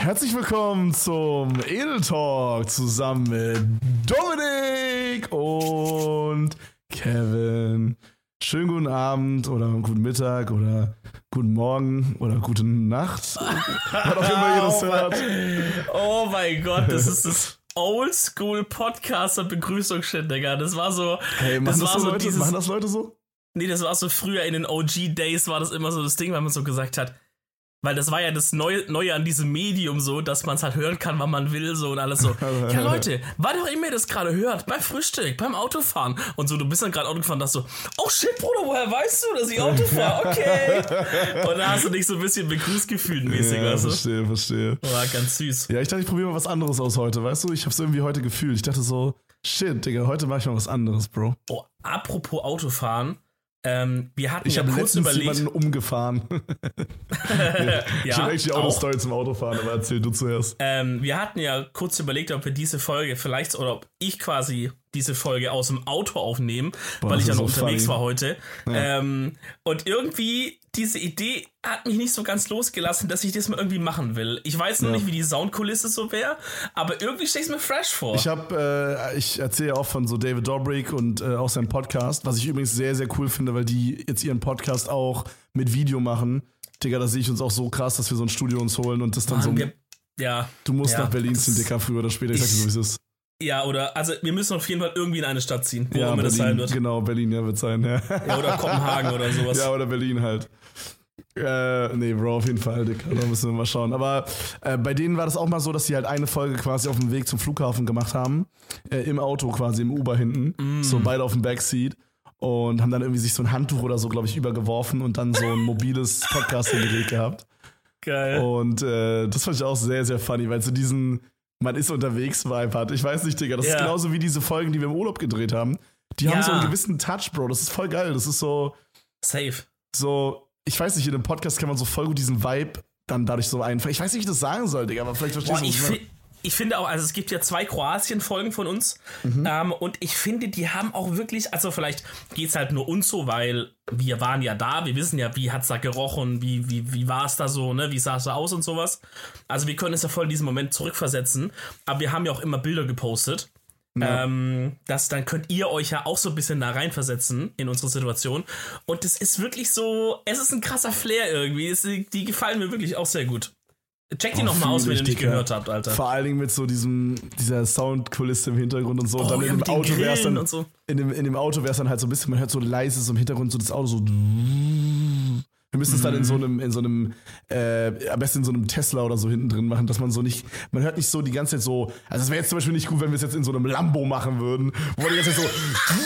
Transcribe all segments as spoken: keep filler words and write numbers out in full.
Herzlich willkommen zum Edel Talk zusammen mit Dominik und Kevin. Schönen guten Abend oder guten Mittag oder guten Morgen oder gute Nacht. Was auch immer ihr das oh, hört. Oh mein Gott, das ist das Oldschool-Podcaster-Begrüßungsshit, Digga. Das war so. Hey, machen das, das, war so so Leute, dieses, machen das Leute so? Nee, das war so früher in den O G-Days war das immer so das Ding, weil man so gesagt hat, weil das war ja das Neue, Neue an diesem Medium so, dass man es halt hören kann, wann man will so und alles so. Ja Leute, wann auch immer ihr das gerade hört, beim Frühstück, beim Autofahren und so, du bist dann gerade Auto gefahren, dachtest so, oh shit, Bruder, woher weißt du, dass ich Auto fahre? Okay. Und da hast du dich so ein bisschen begrüßgefühlt mäßig, Ja, weißt du? verstehe, verstehe. War ganz süß. Ja, ich dachte, ich probiere mal was anderes aus heute, weißt du? Ich hab's irgendwie heute gefühlt. Ich dachte so, shit, Digga, heute mach ich mal was anderes, Bro. Oh, apropos Autofahren, ähm, wir hatten Ich ja habe kurz letztens überlegt. jemanden umgefahren. Ich ja, habe eigentlich auch eine auch. Story zum Autofahren, aber erzähl du zuerst. Ähm, wir hatten ja kurz überlegt, ob wir diese Folge vielleicht, oder ob ich quasi diese Folge aus dem Auto aufnehme, Boah, weil ich ja das noch ist so unterwegs funny. war heute. Ja. Ähm, und irgendwie, diese Idee hat mich nicht so ganz losgelassen, dass ich das mal irgendwie machen will. Ich weiß noch Ja. nicht, wie die Soundkulisse so wäre, aber irgendwie stelle ich es mir fresh vor. Ich habe, äh, ich erzähle ja auch von so David Dobrik und äh, auch seinem Podcast, was ich übrigens sehr, sehr cool finde, weil die jetzt ihren Podcast auch mit Video machen. Digga, da sehe ich uns auch so krass, dass wir so ein Studio uns holen und das dann Mann, so. wir, ja, Du musst ja, nach Berlin das- ziehen, Dicker, früher oder später. Ich sag dir so, wie es ist. ja, oder, also wir müssen auf jeden Fall irgendwie in eine Stadt ziehen, wo Ja, immer das sein Berlin, wird. genau, Berlin, ja, wird sein, ja. Ja, oder Kopenhagen oder sowas. Ja, oder Berlin halt. Äh, nee, Bro, auf jeden Fall, Dicker, da müssen wir mal schauen. Aber äh, bei denen war das auch mal so, dass sie halt eine Folge quasi auf dem Weg zum Flughafen gemacht haben. Äh, Im Auto quasi, im Uber hinten. Mm. So beide auf dem Backseat. Und haben dann irgendwie sich so ein Handtuch oder so, glaube ich, übergeworfen und dann so ein mobiles Podcasting-Gerät gehabt. Geil. Und äh, das fand ich auch sehr, sehr funny, weil so diesen man ist unterwegs Vibe hat. Ich weiß nicht, Digga, das Ja. ist genauso wie diese Folgen, die wir im Urlaub gedreht haben. Die haben Ja. so einen gewissen Touch, Bro. Das ist voll geil. Das ist so, Safe. so, ich weiß nicht, in einem Podcast kann man so voll gut diesen Vibe dann dadurch so einfangen. Ich weiß nicht, wie ich das sagen soll, Digga, aber vielleicht verstehst Boah, du, was ich, ich meine. fi- ich finde auch, also es gibt ja zwei Kroatien-Folgen von uns Mhm. ähm, und ich finde, die haben auch wirklich, also vielleicht geht's halt nur uns so, weil wir waren ja da, wir wissen ja, wie hat's da gerochen, wie, wie, wie war es da so, ne, wie sah es da aus und sowas. Also wir können uns ja voll in diesen Moment zurückversetzen, aber wir haben ja auch immer Bilder gepostet. Ja. Ähm, das, dann könnt ihr euch ja auch so ein bisschen da reinversetzen in unsere Situation. Und es ist wirklich so, es ist ein krasser Flair irgendwie. Es, die gefallen mir wirklich auch sehr gut. Checkt die Oh, nochmal aus, fühl wenn ich, ihr nicht Digga. gehört habt, Alter. Vor allen Dingen mit so diesem, dieser Soundkulisse im Hintergrund und so. Und Oh, dann ja, in dem mit den Auto wäre es Grillen dann, und so. in dem, in dem Auto wäre es dann halt so ein bisschen, man hört so leise so im Hintergrund so das Auto so. Wir müssen es dann in so einem, in so einem, äh, am besten in so einem Tesla oder so hinten drin machen, dass man so nicht, man hört nicht so die ganze Zeit so, also es wäre jetzt zum Beispiel nicht gut, wenn wir es jetzt in so einem Lambo machen würden, wo man die ganze Zeit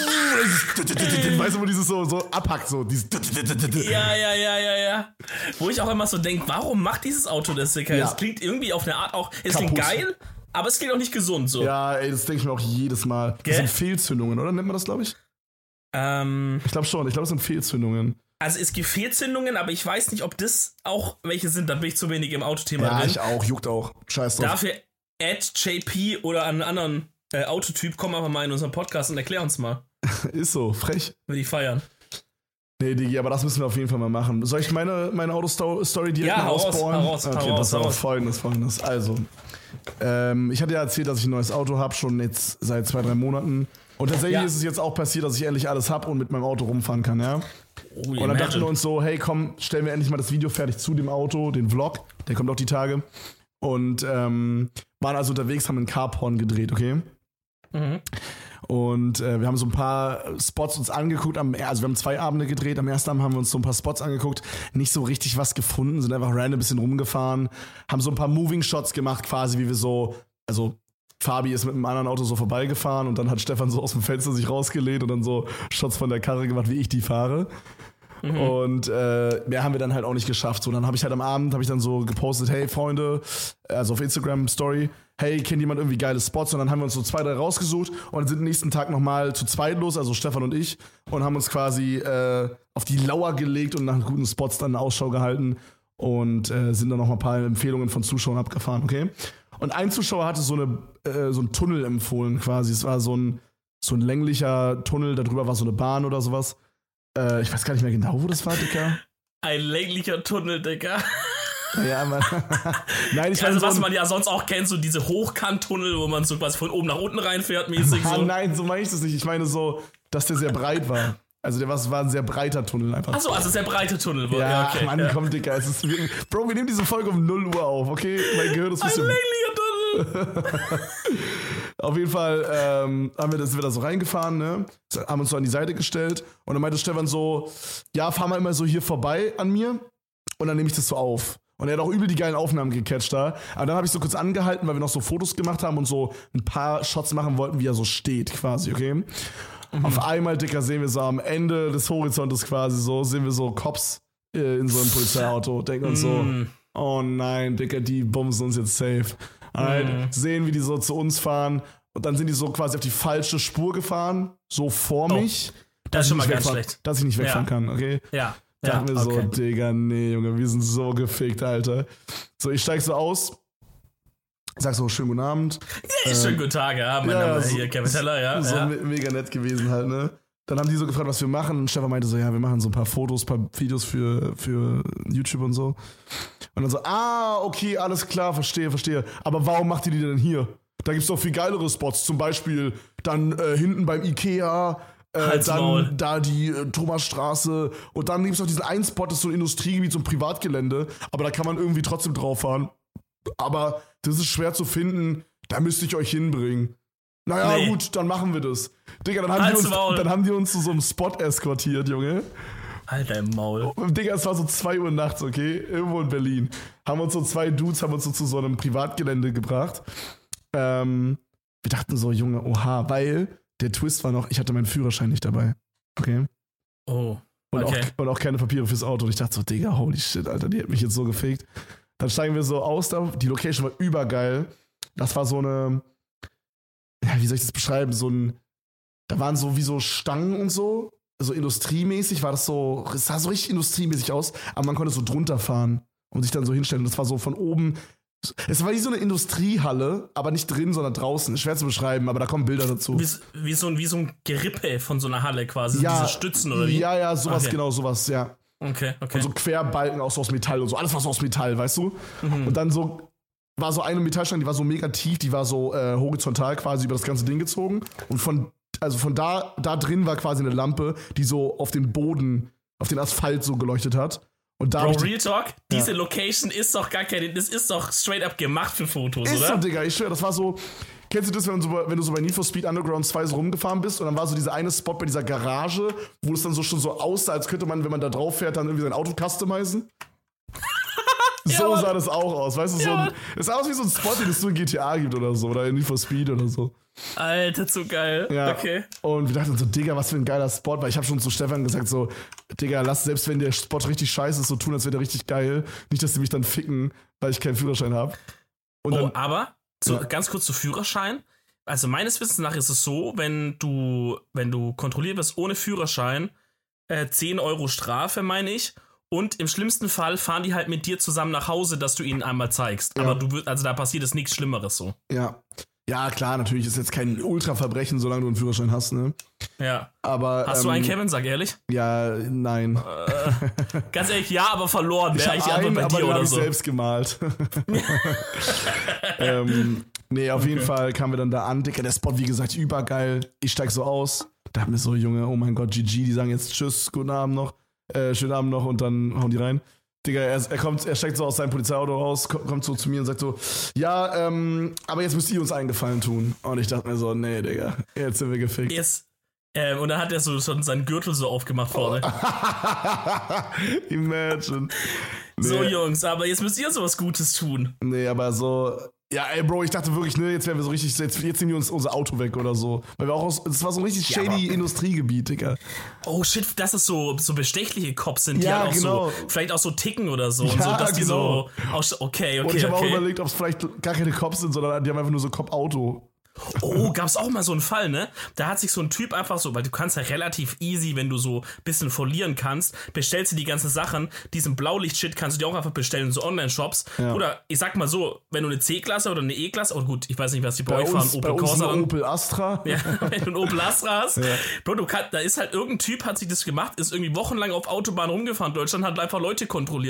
so, weißt du, wo dieses so, so abhackt, so, dieses. Ja, ja, ja, ja, ja. Wo ich auch immer so denke, warum macht dieses Auto das, Digga? Ja. Es klingt irgendwie auf eine Art auch, es klingt Kaputt. geil, aber es klingt auch nicht gesund so. Ja, ey, das denke ich mir auch jedes Mal. Das Gell? sind Fehlzündungen, oder? Nennt man das, glaube ich? Ähm, Ich glaube schon, ich glaube, es sind Fehlzündungen. also es gibt Fehlzündungen, aber ich weiß nicht, ob das auch welche sind, da bin ich zu wenig im Autothema Ja, drin. ich auch, juckt auch. Scheiß drauf. Dafür at J P oder einen anderen äh, Autotyp, komm einfach mal in unseren Podcast und erklär uns mal. Ist so, frech. Will ich feiern. Nee, Digi, aber das müssen wir auf jeden Fall mal machen. Soll ich meine, meine Auto-Story direkt Ja, mal hau raus, ausbauen? hau raus, hau okay, raus, pass hau auf, raus. folgendes, folgendes. Also, ähm, ich hatte ja erzählt, dass ich ein neues Auto habe, schon jetzt seit zwei, drei Monaten. Und tatsächlich Ja. ist es jetzt auch passiert, dass ich endlich alles habe und mit meinem Auto rumfahren kann, ja. Oh, Und dann dachten wir uns so, hey komm, stellen wir endlich mal das Video fertig zu dem Auto, den Vlog, der kommt auch die Tage. Und ähm, waren also unterwegs, haben einen Carporn gedreht, okay? Mhm. Und äh, wir haben so ein paar Spots uns angeguckt, am, also wir haben zwei Abende gedreht, am ersten Abend haben wir uns so ein paar Spots angeguckt, nicht so richtig was gefunden, sind einfach random ein bisschen rumgefahren, haben so ein paar Moving Shots gemacht quasi, wie wir so, also Fabi ist mit einem anderen Auto so vorbeigefahren und dann hat Stefan so aus dem Fenster sich rausgelehnt und dann so Shots von der Karre gemacht, wie ich die fahre. Mhm. Und äh, mehr haben wir dann halt auch nicht geschafft. So, dann habe ich halt am Abend, habe ich dann so gepostet, hey Freunde, also auf Instagram Story, hey, kennt jemand irgendwie geile Spots? Und dann haben wir uns so zwei, drei rausgesucht und sind nächsten Tag nochmal zu zweit los, also Stefan und ich, und haben uns quasi äh, auf die Lauer gelegt und nach guten Spots dann eine Ausschau gehalten und äh, sind dann noch mal ein paar Empfehlungen von Zuschauern abgefahren, okay? Und ein Zuschauer hatte so, eine, äh, so einen Tunnel empfohlen quasi. Es war so ein, so ein länglicher Tunnel, darüber war so eine Bahn oder sowas. Äh, ich weiß gar nicht mehr genau, wo das war, Dicker. Ein länglicher Tunnel, Digga. Ja, Mann. Nein, ich Also meine, was so man ja sonst auch kennt, so diese Hochkanttunnel, wo man so quasi von oben nach unten reinfährt mäßig. Ah, So. nein, so meine ich das nicht. Ich meine so, dass der sehr breit war. Also der war, war ein sehr breiter Tunnel einfach. Achso, also sehr breite Tunnel. Ja, Ja, okay. Mann, ja. komm, Dicker. Es ist, wir, Bro, wir nehmen diese Folge um null Uhr auf, okay? Mein Gehirn ist ein Ein bisschen... länglicher Tunnel. Auf jeden Fall ähm, haben wir das wieder so reingefahren, ne? Haben uns so an die Seite gestellt und dann meinte Stefan so, ja, fahr mal immer so hier vorbei an mir und dann nehme ich das so auf. Und er hat auch übel die geilen Aufnahmen gecatcht da. Aber dann habe ich so kurz angehalten, weil wir noch so Fotos gemacht haben und so ein paar Shots machen wollten, wie er so steht quasi, okay? Mhm. Auf einmal, Dicker, sehen wir so am Ende des Horizontes quasi so, sehen wir so Cops äh, in so einem Polizeiauto, denken uns so, Mm. oh nein, Dicker, die bumsen uns jetzt safe. Halt, Mm. sehen, wie die so zu uns fahren und dann sind die so quasi auf die falsche Spur gefahren, so vor mich. Das ist schon mal ich ganz wegfahren, schlecht. Dass ich nicht wegfahren Ja. kann, okay? Ja. Da ja, dachten wir so, okay. Digga, nee, Junge, wir sind so gefickt, Alter. So, ich steig so aus, sag so, schönen guten Abend. Ja, schönen guten Tag, ja. Mein ja, Name ist so- hier Kevin Teller, ja. So ja. me- mega nett gewesen halt, ne? Dann haben die so gefragt, was wir machen. Und Stefan meinte so, ja, wir machen so ein paar Fotos, paar Videos für, für YouTube und so. Und dann so, ah, okay, alles klar, verstehe, verstehe. Aber warum macht ihr die denn hier? Da gibt's doch viel geilere Spots. Zum Beispiel dann äh, hinten beim Ikea, äh, Halt's Maul. dann da die äh, Thomasstraße. Und dann gibt's noch diesen einen Spot, das ist so ein Industriegebiet, so ein Privatgelände. Aber da kann man irgendwie trotzdem drauf fahren. Aber das ist schwer zu finden. Da müsste ich euch hinbringen. Naja, Nee. gut, dann machen wir das. Digga, dann haben, Halt's die uns, Maul. dann haben die uns zu so einem Spot eskortiert, Junge. Alter im Maul. Digga, es war so zwei Uhr nachts, okay? Irgendwo in Berlin. Haben uns so zwei Dudes, haben uns so zu so einem Privatgelände gebracht. Ähm, wir dachten so, Junge, oha, weil der Twist war noch, ich hatte meinen Führerschein nicht dabei. Okay? Oh, Und, okay. auch, und auch keine Papiere fürs Auto. Und ich dachte so, Digga, holy shit, Alter, die hat mich jetzt so gefickt. Dann steigen wir so aus da, die Location war übergeil. Das war so eine, ja, wie soll ich das beschreiben? So ein, da waren so wie so Stangen und so, so industriemäßig war das so, es sah so richtig industriemäßig aus, aber man konnte so drunter fahren und sich dann so hinstellen. Und das war so von oben, es war wie so eine Industriehalle, aber nicht drin, sondern draußen. Ist schwer zu beschreiben, aber da kommen Bilder dazu. Wie, wie, so ein, wie so ein Gerippe von so einer Halle quasi. Ja, Diese Stützen oder wie? Ja, ja, sowas, Okay. genau, sowas, ja. Okay, okay. Und so Querbalken auch so aus Metall und so, alles war so aus Metall, weißt du? Und dann so, war so eine Metallstange, die war so mega tief, die war so äh, horizontal quasi über das ganze Ding gezogen. Und von, also von da, da drin war quasi eine Lampe, die so auf den Boden, auf den Asphalt so geleuchtet hat. Und da hab Bro, ich die, Real Talk, diese Location ist doch gar keine, das ist doch straight up gemacht für Fotos, ist oder? so, Digga, ich schwör, das war so, kennst du das, wenn du, so, bei- wenn du so bei Need for Speed Underground zwei so rumgefahren bist und dann war so dieser eine Spot bei dieser Garage, wo es dann so schon so aussah, als könnte man, wenn man da drauf fährt, dann irgendwie sein Auto customizen? So Mann. sah das auch aus, weißt du, so Ja, ein, Mann. es sah aus wie so ein Spot, den es nur in G T A gibt oder so, oder in Need for Speed oder so. Alter, zu geil. Ja. Okay. Und wir dachten so, Digga, was für ein geiler Spot, weil ich habe schon zu Stefan gesagt so, Digga, lass selbst wenn der Spot richtig scheiße ist, so tun, als wäre der richtig geil. Nicht, dass die mich dann ficken, weil ich keinen Führerschein habe. Und Oh, dann, aber, zu, Ja. ganz kurz zu Führerschein. Also meines Wissens nach ist es so, wenn du, wenn du kontrolliert wirst ohne Führerschein, äh, zehn Euro Strafe, meine ich. Und im schlimmsten Fall fahren die halt mit dir zusammen nach Hause, dass du ihnen einmal zeigst. Ja. Aber du wirst, also da passiert es nichts Schlimmeres so. ja. Ja, klar, natürlich ist jetzt kein Ultraverbrechen, solange du einen Führerschein hast, ne? Ja. Aber. Hast du ähm, einen, Kevin? Sag ehrlich. Ja, nein. Ganz ehrlich, ja, aber verloren. Ich Wäre habe eigentlich die Antwort einen, bei aber dir den oder habe ich so. selbst gemalt. ähm, nee, auf jeden Fall kamen wir dann da an. Digga, der Spot, wie gesagt, übergeil. Ich steig so aus. Da haben wir so, Junge, oh mein Gott, G G, die sagen jetzt Tschüss, guten Abend noch, äh, schönen Abend noch und dann hauen die rein. Digga, er, er kommt, er steigt so aus seinem Polizeiauto raus, kommt, kommt so zu mir und sagt so, ja, ähm, aber jetzt müsst ihr uns einen Gefallen tun. Und ich dachte mir so, nee, Digga, jetzt sind wir gefickt. Jetzt, ähm, und dann hat er so schon seinen Gürtel so aufgemacht vorne. Imagine. Nee, So, Jungs, aber jetzt müsst ihr sowas Gutes tun. nee, aber so, ja, ey, Bro, ich dachte wirklich, ne, jetzt wären wir so richtig, jetzt, jetzt nehmen wir uns unser Auto weg oder so. Weil wir auch aus, das war so ein richtig shady Industriegebiet, Digga. Oh shit, dass es so, so bestechliche Cops sind, die Ja, halt auch genau. so, vielleicht auch so ticken oder so. und Ja, so, dass die genau. so, auch, so- okay, okay, Und ich habe auch okay. überlegt, ob es vielleicht gar keine Cops sind, sondern die haben einfach nur so Cop-Auto. Oh, gab's auch mal so einen Fall, ne? Da hat sich so ein Typ einfach so, weil du kannst ja relativ easy, wenn du so ein bisschen verlieren kannst, bestellst du die ganzen Sachen, diesen Blaulicht-Shit kannst du dir auch einfach bestellen in so Online-Shops. Ja. Oder ich sag mal so, wenn du eine C-Klasse oder eine E-Klasse, oh gut, ich weiß nicht, was die bei, Bei euch fahren, uns, bei Opel uns Corsa ein dann. Opel Astra. Ja, wenn du einen Opel Astra hast. Ja. Bro, du kannst, da ist halt irgendein Typ, hat sich das gemacht, ist irgendwie wochenlang auf Autobahn rumgefahren. Deutschland hat einfach Leute kontrolliert.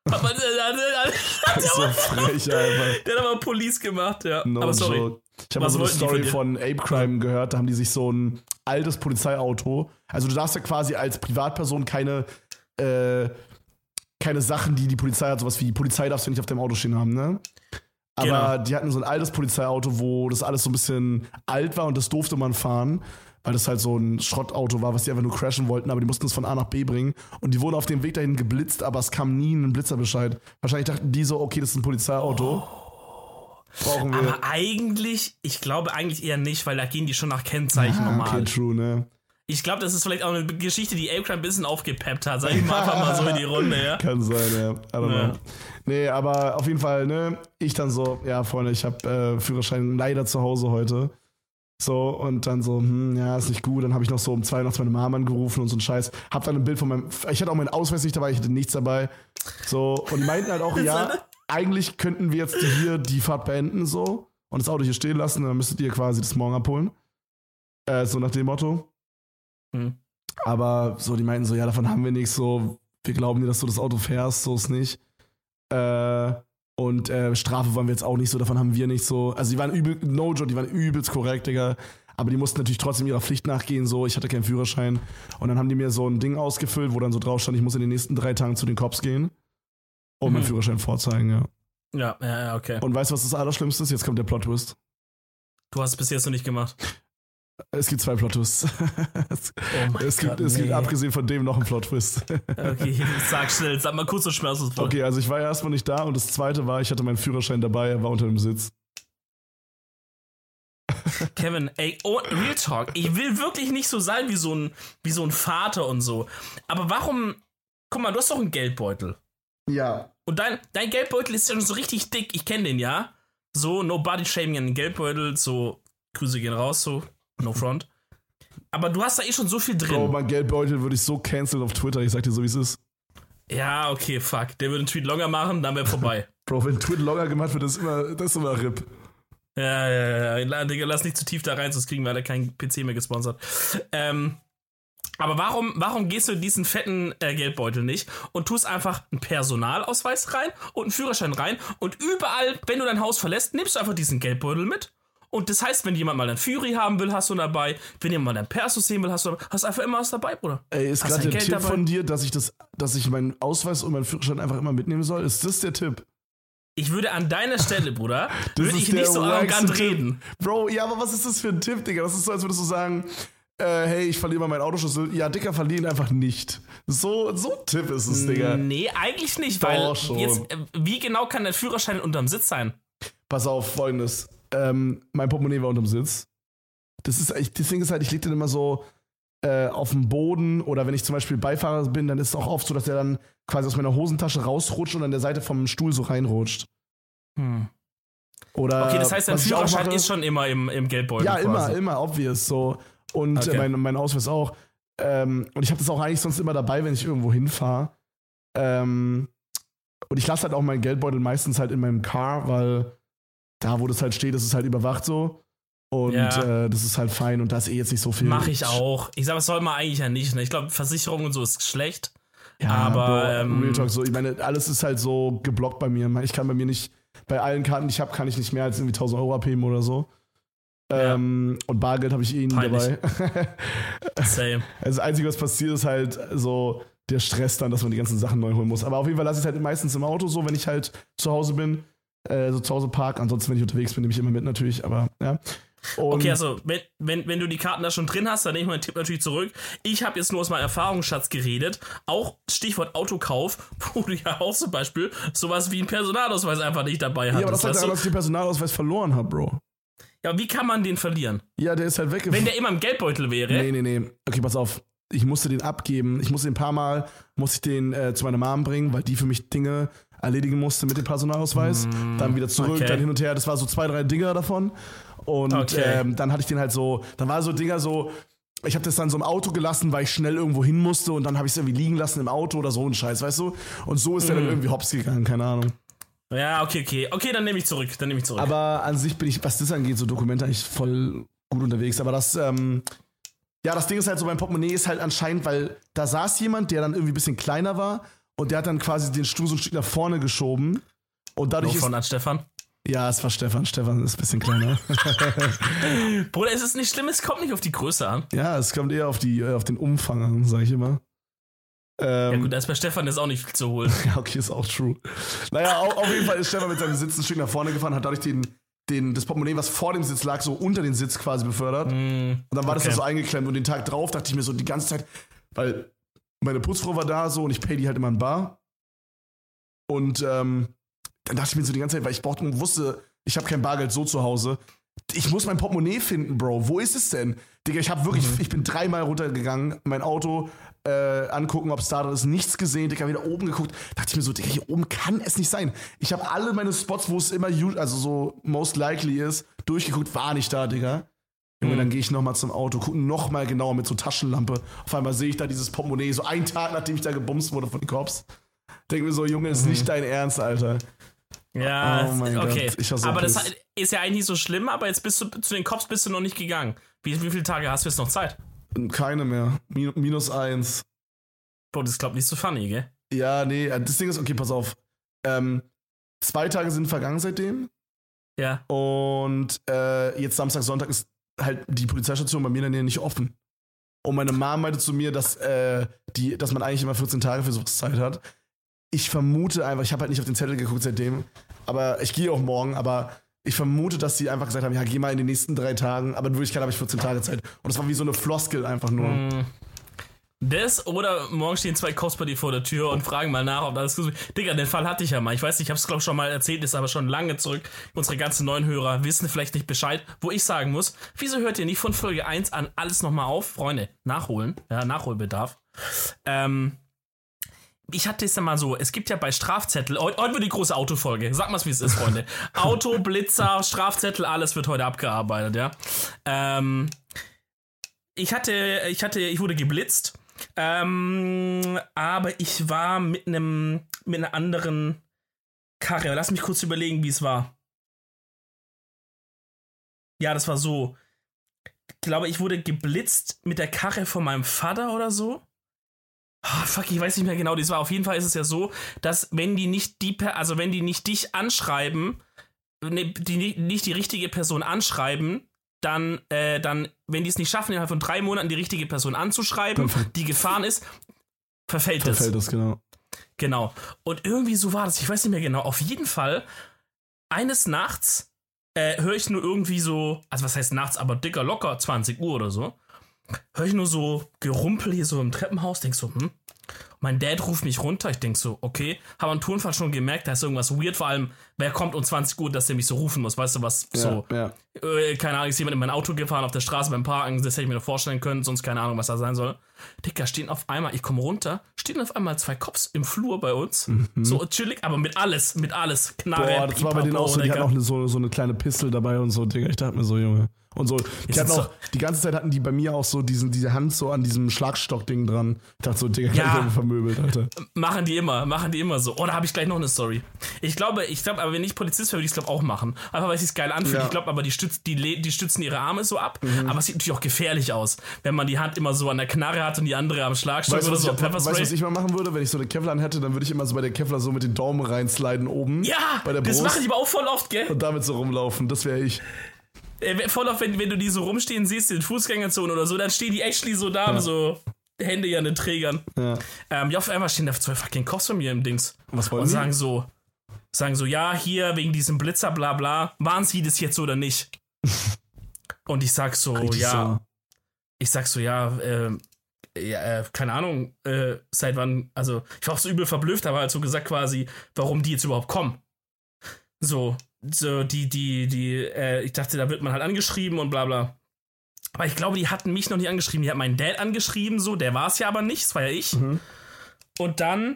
Aber der, der, der, Das ist so frech einfach. der hat aber Police gemacht, ja. No aber sorry. joke. Ich habe mal so eine Story von Ape Crime gehört, da haben die sich so ein altes Polizeiauto, also du darfst ja quasi als Privatperson keine, äh, keine Sachen, die die Polizei hat, sowas wie Polizei darfst du nicht auf deinem Auto stehen haben, ne? Aber genau. Die hatten so ein altes Polizeiauto, wo das alles so ein bisschen alt war und das durfte man fahren, weil das halt so ein Schrottauto war, was die einfach nur crashen wollten, aber die mussten es von A nach B bringen und die wurden auf dem Weg dahin geblitzt, aber es kam nie ein Blitzerbescheid. Wahrscheinlich dachten die so, okay, das ist ein Polizeiauto. Oh. Brauchen wir. Aber eigentlich, ich glaube eigentlich eher nicht, weil da gehen die schon nach Kennzeichen ah, normal. Okay, true, ne? Ich glaube, das ist vielleicht auch eine Geschichte, die Ape Crime ein bisschen aufgepeppt hat. Sag ich mal einfach mal so in die Runde, ja? Kann sein, ja. I don't ja. know. Nee, aber auf jeden Fall, ne? Ich dann so, ja, Freunde, ich hab äh, Führerschein leider zu Hause heute. So, und dann so, hm, ja, ist nicht gut. Dann habe ich noch so um zwei nachts meine Mama angerufen und so ein Scheiß. Hab dann ein Bild von meinem, ich hatte auch meinen Ausweis nicht dabei, ich hatte nichts dabei. So, und die meinten halt auch, ja, eigentlich könnten wir jetzt hier die Fahrt beenden, so. Und das Auto hier stehen lassen, dann müsstet ihr quasi das morgen abholen. Äh, so nach dem Motto. Hm. Aber so, die meinten so, ja, davon haben wir nichts, so, wir glauben dir, dass du das Auto fährst, so ist nicht. Äh, und äh, Strafe wollen wir jetzt auch nicht so, davon haben wir nicht so. Also die waren übel, no joke, die waren übelst korrekt, Digga. Aber die mussten natürlich trotzdem ihrer Pflicht nachgehen, so, ich hatte keinen Führerschein. Und dann haben die mir so ein Ding ausgefüllt, wo dann so drauf stand, ich muss in den nächsten drei Tagen zu den Cops gehen und mhm. meinen Führerschein vorzeigen, ja. Ja, ja, ja, okay. Und weißt du, was das Allerschlimmste ist? Jetzt kommt der Plot-Twist. Du hast es bis jetzt noch nicht gemacht. Es gibt zwei Plot-Twists. es, oh mein es, gibt, Gott, es nee. gibt abgesehen von dem noch einen Plot-Twist. Okay, sag schnell, sag mal kurz so schmerzensvoll. Okay, also ich war ja erstmal nicht da und das zweite war, ich hatte meinen Führerschein dabei, er war unter dem Sitz. Kevin, ey, oh, Real Talk, ich will wirklich nicht so sein wie so ein, wie so ein Vater und so. Aber warum, guck mal, du hast doch einen Geldbeutel. Ja. Und dein, dein Geldbeutel ist ja schon so richtig dick, ich kenne den, ja? So, no body shaming an den Geldbeutel, so, Grüße gehen raus, so, no front. Aber du hast da eh schon so viel drin. Bro, mein Geldbeutel würde ich so canceln auf Twitter, ich sag dir so, wie es ist. Ja, okay, fuck, der würde einen Tweet longer machen, dann wäre vorbei. Bro, wenn ein Tweet longer gemacht wird, das ist immer, das ist immer R I P. Ja, ja, ja, Digga, lass nicht zu tief da rein, sonst kriegen wir alle keinen P C mehr gesponsert. Ähm, aber warum, warum gehst du in diesen fetten äh, Geldbeutel nicht und tust einfach einen Personalausweis rein und einen Führerschein rein und überall, wenn du dein Haus verlässt, nimmst du einfach diesen Geldbeutel mit. Und das heißt, wenn jemand mal ein Fury haben will, hast du ihn dabei. Wenn jemand mal ein Persus sehen will, hast du hast einfach immer was dabei, Bruder. Ey, ist gerade der Tipp dabei? Von dir, dass ich das, dass ich meinen Ausweis und meinen Führerschein einfach immer mitnehmen soll? Ist das der Tipp? Ich würde an deiner Stelle, Bruder, würde ich nicht so arrogant reden. Bro, ja, aber was ist das für ein Tipp, Digga? Das ist so, als würdest du sagen, äh, hey, ich verliere mal meinen Autoschlüssel. Ja, Dicker, verliere ihn einfach nicht. So, so ein Tipp ist es, Digga. Nee, eigentlich nicht, Doch, weil schon. jetzt, wie genau kann der Führerschein unterm Sitz sein? Pass auf, Folgendes. Ähm, mein Portemonnaie war unterm Sitz. Das ist, ich, das Ding ist halt, ich leg den immer so äh, auf dem Boden oder wenn ich zum Beispiel Beifahrer bin, dann ist es auch oft so, dass der dann quasi aus meiner Hosentasche rausrutscht und an der Seite vom Stuhl so reinrutscht. Hm. Oder okay, das heißt, dein Führerschein ist schon immer im, im Geldbeutel. Ja, quasi. immer, immer, obvious. So. Und okay. äh, mein, mein Ausweis auch. Ähm, und ich habe das auch eigentlich sonst immer dabei, wenn ich irgendwo hinfahre. Ähm, und ich lasse halt auch meinen Geldbeutel meistens halt in meinem Car, weil da, wo das halt steht, das ist halt überwacht so. Und ja. äh, das ist halt fein und da ist eh jetzt nicht so viel. Mach ich auch. Ich sag, das soll man eigentlich ja nicht. Ne? Ich glaube, Versicherung und so ist schlecht. Ja, aber Bro, ähm, Real Talk so. Ich meine, alles ist halt so geblockt bei mir. Ich kann bei mir nicht, bei allen Karten, die ich habe, kann ich nicht mehr als irgendwie tausend Euro abheben oder so. Ja. Ähm, und Bargeld habe ich eh nie dabei. Same. Also das Einzige, was passiert, ist halt so der Stress dann, dass man die ganzen Sachen neu holen muss. Aber auf jeden Fall lasse ich es halt meistens im Auto so, wenn ich halt zu Hause bin. Äh, so zu Hause park. Ansonsten, wenn ich unterwegs bin, nehme ich immer mit natürlich. Aber ja. Und okay, also wenn, wenn, wenn du die Karten da schon drin hast, dann nehme ich meinen Tipp natürlich zurück. Ich habe jetzt nur aus meinem Erfahrungsschatz geredet. Auch Stichwort Autokauf, wo du ja auch zum Beispiel sowas wie einen Personalausweis einfach nicht dabei hattest. Ja, aber das heißt ja, dass ich den Personalausweis verloren habe, Bro. Ja, wie kann man den verlieren? Ja, der ist halt weggefallen. Wenn der immer im Geldbeutel wäre. Nee, nee, nee. Okay, pass auf. Ich musste den abgeben. Ich musste den ein paar Mal, musste ich den äh, zu meiner Mom bringen, weil die für mich Dinge erledigen musste mit dem Personalausweis. Mm, dann wieder zurück, okay. Dann hin und her. Das war so zwei, drei Dinger davon. Und okay. ähm, dann hatte ich den halt so, dann war so Dinger so, ich habe das dann so im Auto gelassen, weil ich schnell irgendwo hin musste und dann habe ich es irgendwie liegen lassen im Auto oder so ein Scheiß, weißt du? Und so ist mm. der dann irgendwie hops gegangen, keine Ahnung. Ja, okay, okay. Okay, dann nehme ich zurück, dann nehme ich zurück. Aber an sich bin ich, was das angeht, so Dokumente eigentlich voll gut unterwegs. Aber das, ähm, ja, das Ding ist halt so, mein Portemonnaie ist halt anscheinend, weil da saß jemand, der dann irgendwie ein bisschen kleiner war und der hat dann quasi den Stuhl so ein Stück nach vorne geschoben. Und dadurch Wovon ist, an Stefan? Ja, es war Stefan. Stefan ist ein bisschen kleiner. Bruder, es ist nicht schlimm, es kommt nicht auf die Größe an. Ja, es kommt eher auf, die, auf den Umfang an, sag ich immer. Ähm, ja gut, da ist bei Stefan jetzt auch nicht viel zu holen. Ja, okay, ist auch true. Naja, auf, auf jeden Fall ist Stefan mit seinem Sitz ein Stück nach vorne gefahren, hat dadurch den, den, das Portemonnaie, was vor dem Sitz lag, so unter den Sitz quasi befördert. Mm, und dann war okay. das da so eingeklemmt. Und den Tag drauf dachte ich mir so die ganze Zeit, weil meine Putzfrau war da so und ich pay die halt immer in Bar. Und ähm, dann dachte ich mir so die ganze Zeit, weil ich brauchte und wusste, ich habe kein Bargeld so zu Hause. Ich muss mein Portemonnaie finden, Bro. Wo ist es denn? Digga, ich habe wirklich, mhm. ich bin dreimal runtergegangen, mein Auto äh, angucken, ob es da ist, nichts gesehen, Digga, wieder oben geguckt. Dachte ich mir so, Digga, hier oben kann es nicht sein. Ich habe alle meine Spots, wo es immer, also so most likely ist, durchgeguckt, war nicht da, Digga. Junge, mhm. dann gehe ich nochmal zum Auto, gucke nochmal genauer mit so Taschenlampe. Auf einmal sehe ich da dieses Portemonnaie, so einen Tag, nachdem ich da gebumst wurde von den Cops. Denke mir so, Junge, ist mhm. nicht dein Ernst, Alter. Ja, oh mein okay. Gott, ich war so aber piss. Das ist ja eigentlich nicht so schlimm, aber jetzt bist du zu den Cops bist du noch nicht gegangen. Wie, wie viele Tage hast du jetzt noch Zeit? Keine mehr. Min- minus eins. Boah, das ist glaub nicht so funny, gell? Ja, nee, das Ding ist, okay, pass auf. Ähm, zwei Tage sind vergangen seitdem. Ja. Und äh, jetzt Samstag, Sonntag ist halt die Polizeistation bei mir in der Nähe nicht offen. Und meine Mom meinte zu mir, dass, äh, die, dass man eigentlich immer vierzehn Tage für sowas Zeit hat. Ich vermute einfach, ich habe halt nicht auf den Zettel geguckt seitdem, aber ich gehe auch morgen, aber ich vermute, dass sie einfach gesagt haben, ja, geh mal in den nächsten drei Tagen, aber in Wirklichkeit habe ich vierzehn Tage Zeit. Und das war wie so eine Floskel einfach nur. Das oder morgen stehen zwei Cops bei dir vor der Tür und fragen mal nach, ob alles gut ist. Digga, den Fall hatte ich ja mal. Ich weiß nicht, ich habe es glaube ich schon mal erzählt, ist aber schon lange zurück. Unsere ganzen neuen Hörer wissen vielleicht nicht Bescheid, wo ich sagen muss, wieso hört ihr nicht von Folge eins an alles nochmal auf? Freunde, nachholen, ja, Nachholbedarf. Ähm... Ich hatte es ja mal so, es gibt ja bei Strafzettel, heute, heute wird die große Autofolge, sag mal, wie es ist, Freunde. Auto, Blitzer, Strafzettel, alles wird heute abgearbeitet, ja. Ähm, ich hatte, ich hatte, ich wurde geblitzt, ähm, aber ich war mit einem, mit einer anderen Karre. Lass mich kurz überlegen, wie es war. Ja, das war so. Ich glaube, ich wurde geblitzt mit der Karre von meinem Vater oder so. Oh, fuck, ich weiß nicht mehr genau, das war. Auf jeden Fall ist es ja so, dass wenn die nicht die, also wenn die nicht dich anschreiben, ne, die nicht die richtige Person anschreiben, dann, äh, dann, wenn die es nicht schaffen, innerhalb von drei Monaten die richtige Person anzuschreiben, die gefahren ist, verfällt es. Verfällt es, genau. Genau. Und irgendwie so war das, ich weiß nicht mehr genau. Auf jeden Fall, eines Nachts äh, höre ich nur irgendwie so, also was heißt nachts, aber dicker locker, zwanzig Uhr oder so, höre ich nur so Gerumpel hier so im Treppenhaus, denk so, hm. Mein Dad ruft mich runter, ich denk so, okay, habe am Tonfall schon gemerkt, da ist irgendwas weird, vor allem, wer kommt um zwanzig Uhr, dass der mich so rufen muss, weißt du was, ja, so, ja. Äh, keine Ahnung, ist jemand in mein Auto gefahren, auf der Straße beim Parken, das hätte ich mir noch vorstellen können, sonst keine Ahnung, was da sein soll. Dicker, stehen auf einmal, ich komme runter, stehen auf einmal zwei Cops im Flur bei uns, mhm. so chillig, aber mit alles, mit alles, Knarre, Boah, das war bei denen auch so, die hatten auch eine, so, so eine kleine Pistole dabei und so, Digga, ich dachte mir so, Junge. Und so, die, hatten auch, die ganze Zeit hatten die bei mir auch so diesen, diese Hand so an diesem Schlagstock-Ding dran. Ich dachte so, Digga, ja, ich bin vermöbelt, Alter. Machen die immer, machen die immer so. Oh, da habe ich gleich noch eine Story. Ich glaube, ich glaube, aber wenn ich Polizist wäre, würde ich es glaube auch machen. Einfach, weil es sich geil anfühlt. Ja. Ich glaube aber, die, stütz, die, die stützen ihre Arme so ab. Mhm. Aber es sieht natürlich auch gefährlich aus, wenn man die Hand immer so an der Knarre hat und die andere am Schlagstock weißt, oder so. Ich, weißt du, was ich mal machen würde? Wenn ich so eine Kevlar hätte, dann würde ich immer so bei der Kevlar so mit den Daumen reinsliden oben. Ja, bei der Brust, das mache ich aber auch voll oft, gell? Und damit so rumlaufen. Das wäre ich. Voll auf, wenn, wenn du die so rumstehen siehst, in Fußgängerzonen oder so, dann stehen die actually so da, ja. so Hände ja an den Trägern. Ja. Ähm, ja, auf einmal stehen da zwei fucking Cops von mir im Dings. Was wollen Und die? sagen so, sagen so, ja, hier, wegen diesem Blitzer, bla bla, waren sie das jetzt oder nicht? Und ich sag so, Richtig ja, so. ich sag so, ja, äh, ja, äh, keine Ahnung, äh, seit wann, also, ich war auch so übel verblüfft, aber halt so gesagt quasi, warum die jetzt überhaupt kommen. So, so, die, die, die, äh, ich dachte, da wird man halt angeschrieben und bla bla. Aber ich glaube, die hatten mich noch nicht angeschrieben. Die hat meinen Dad angeschrieben, so, der war es ja aber nicht, das war ja ich. Mhm. Und dann,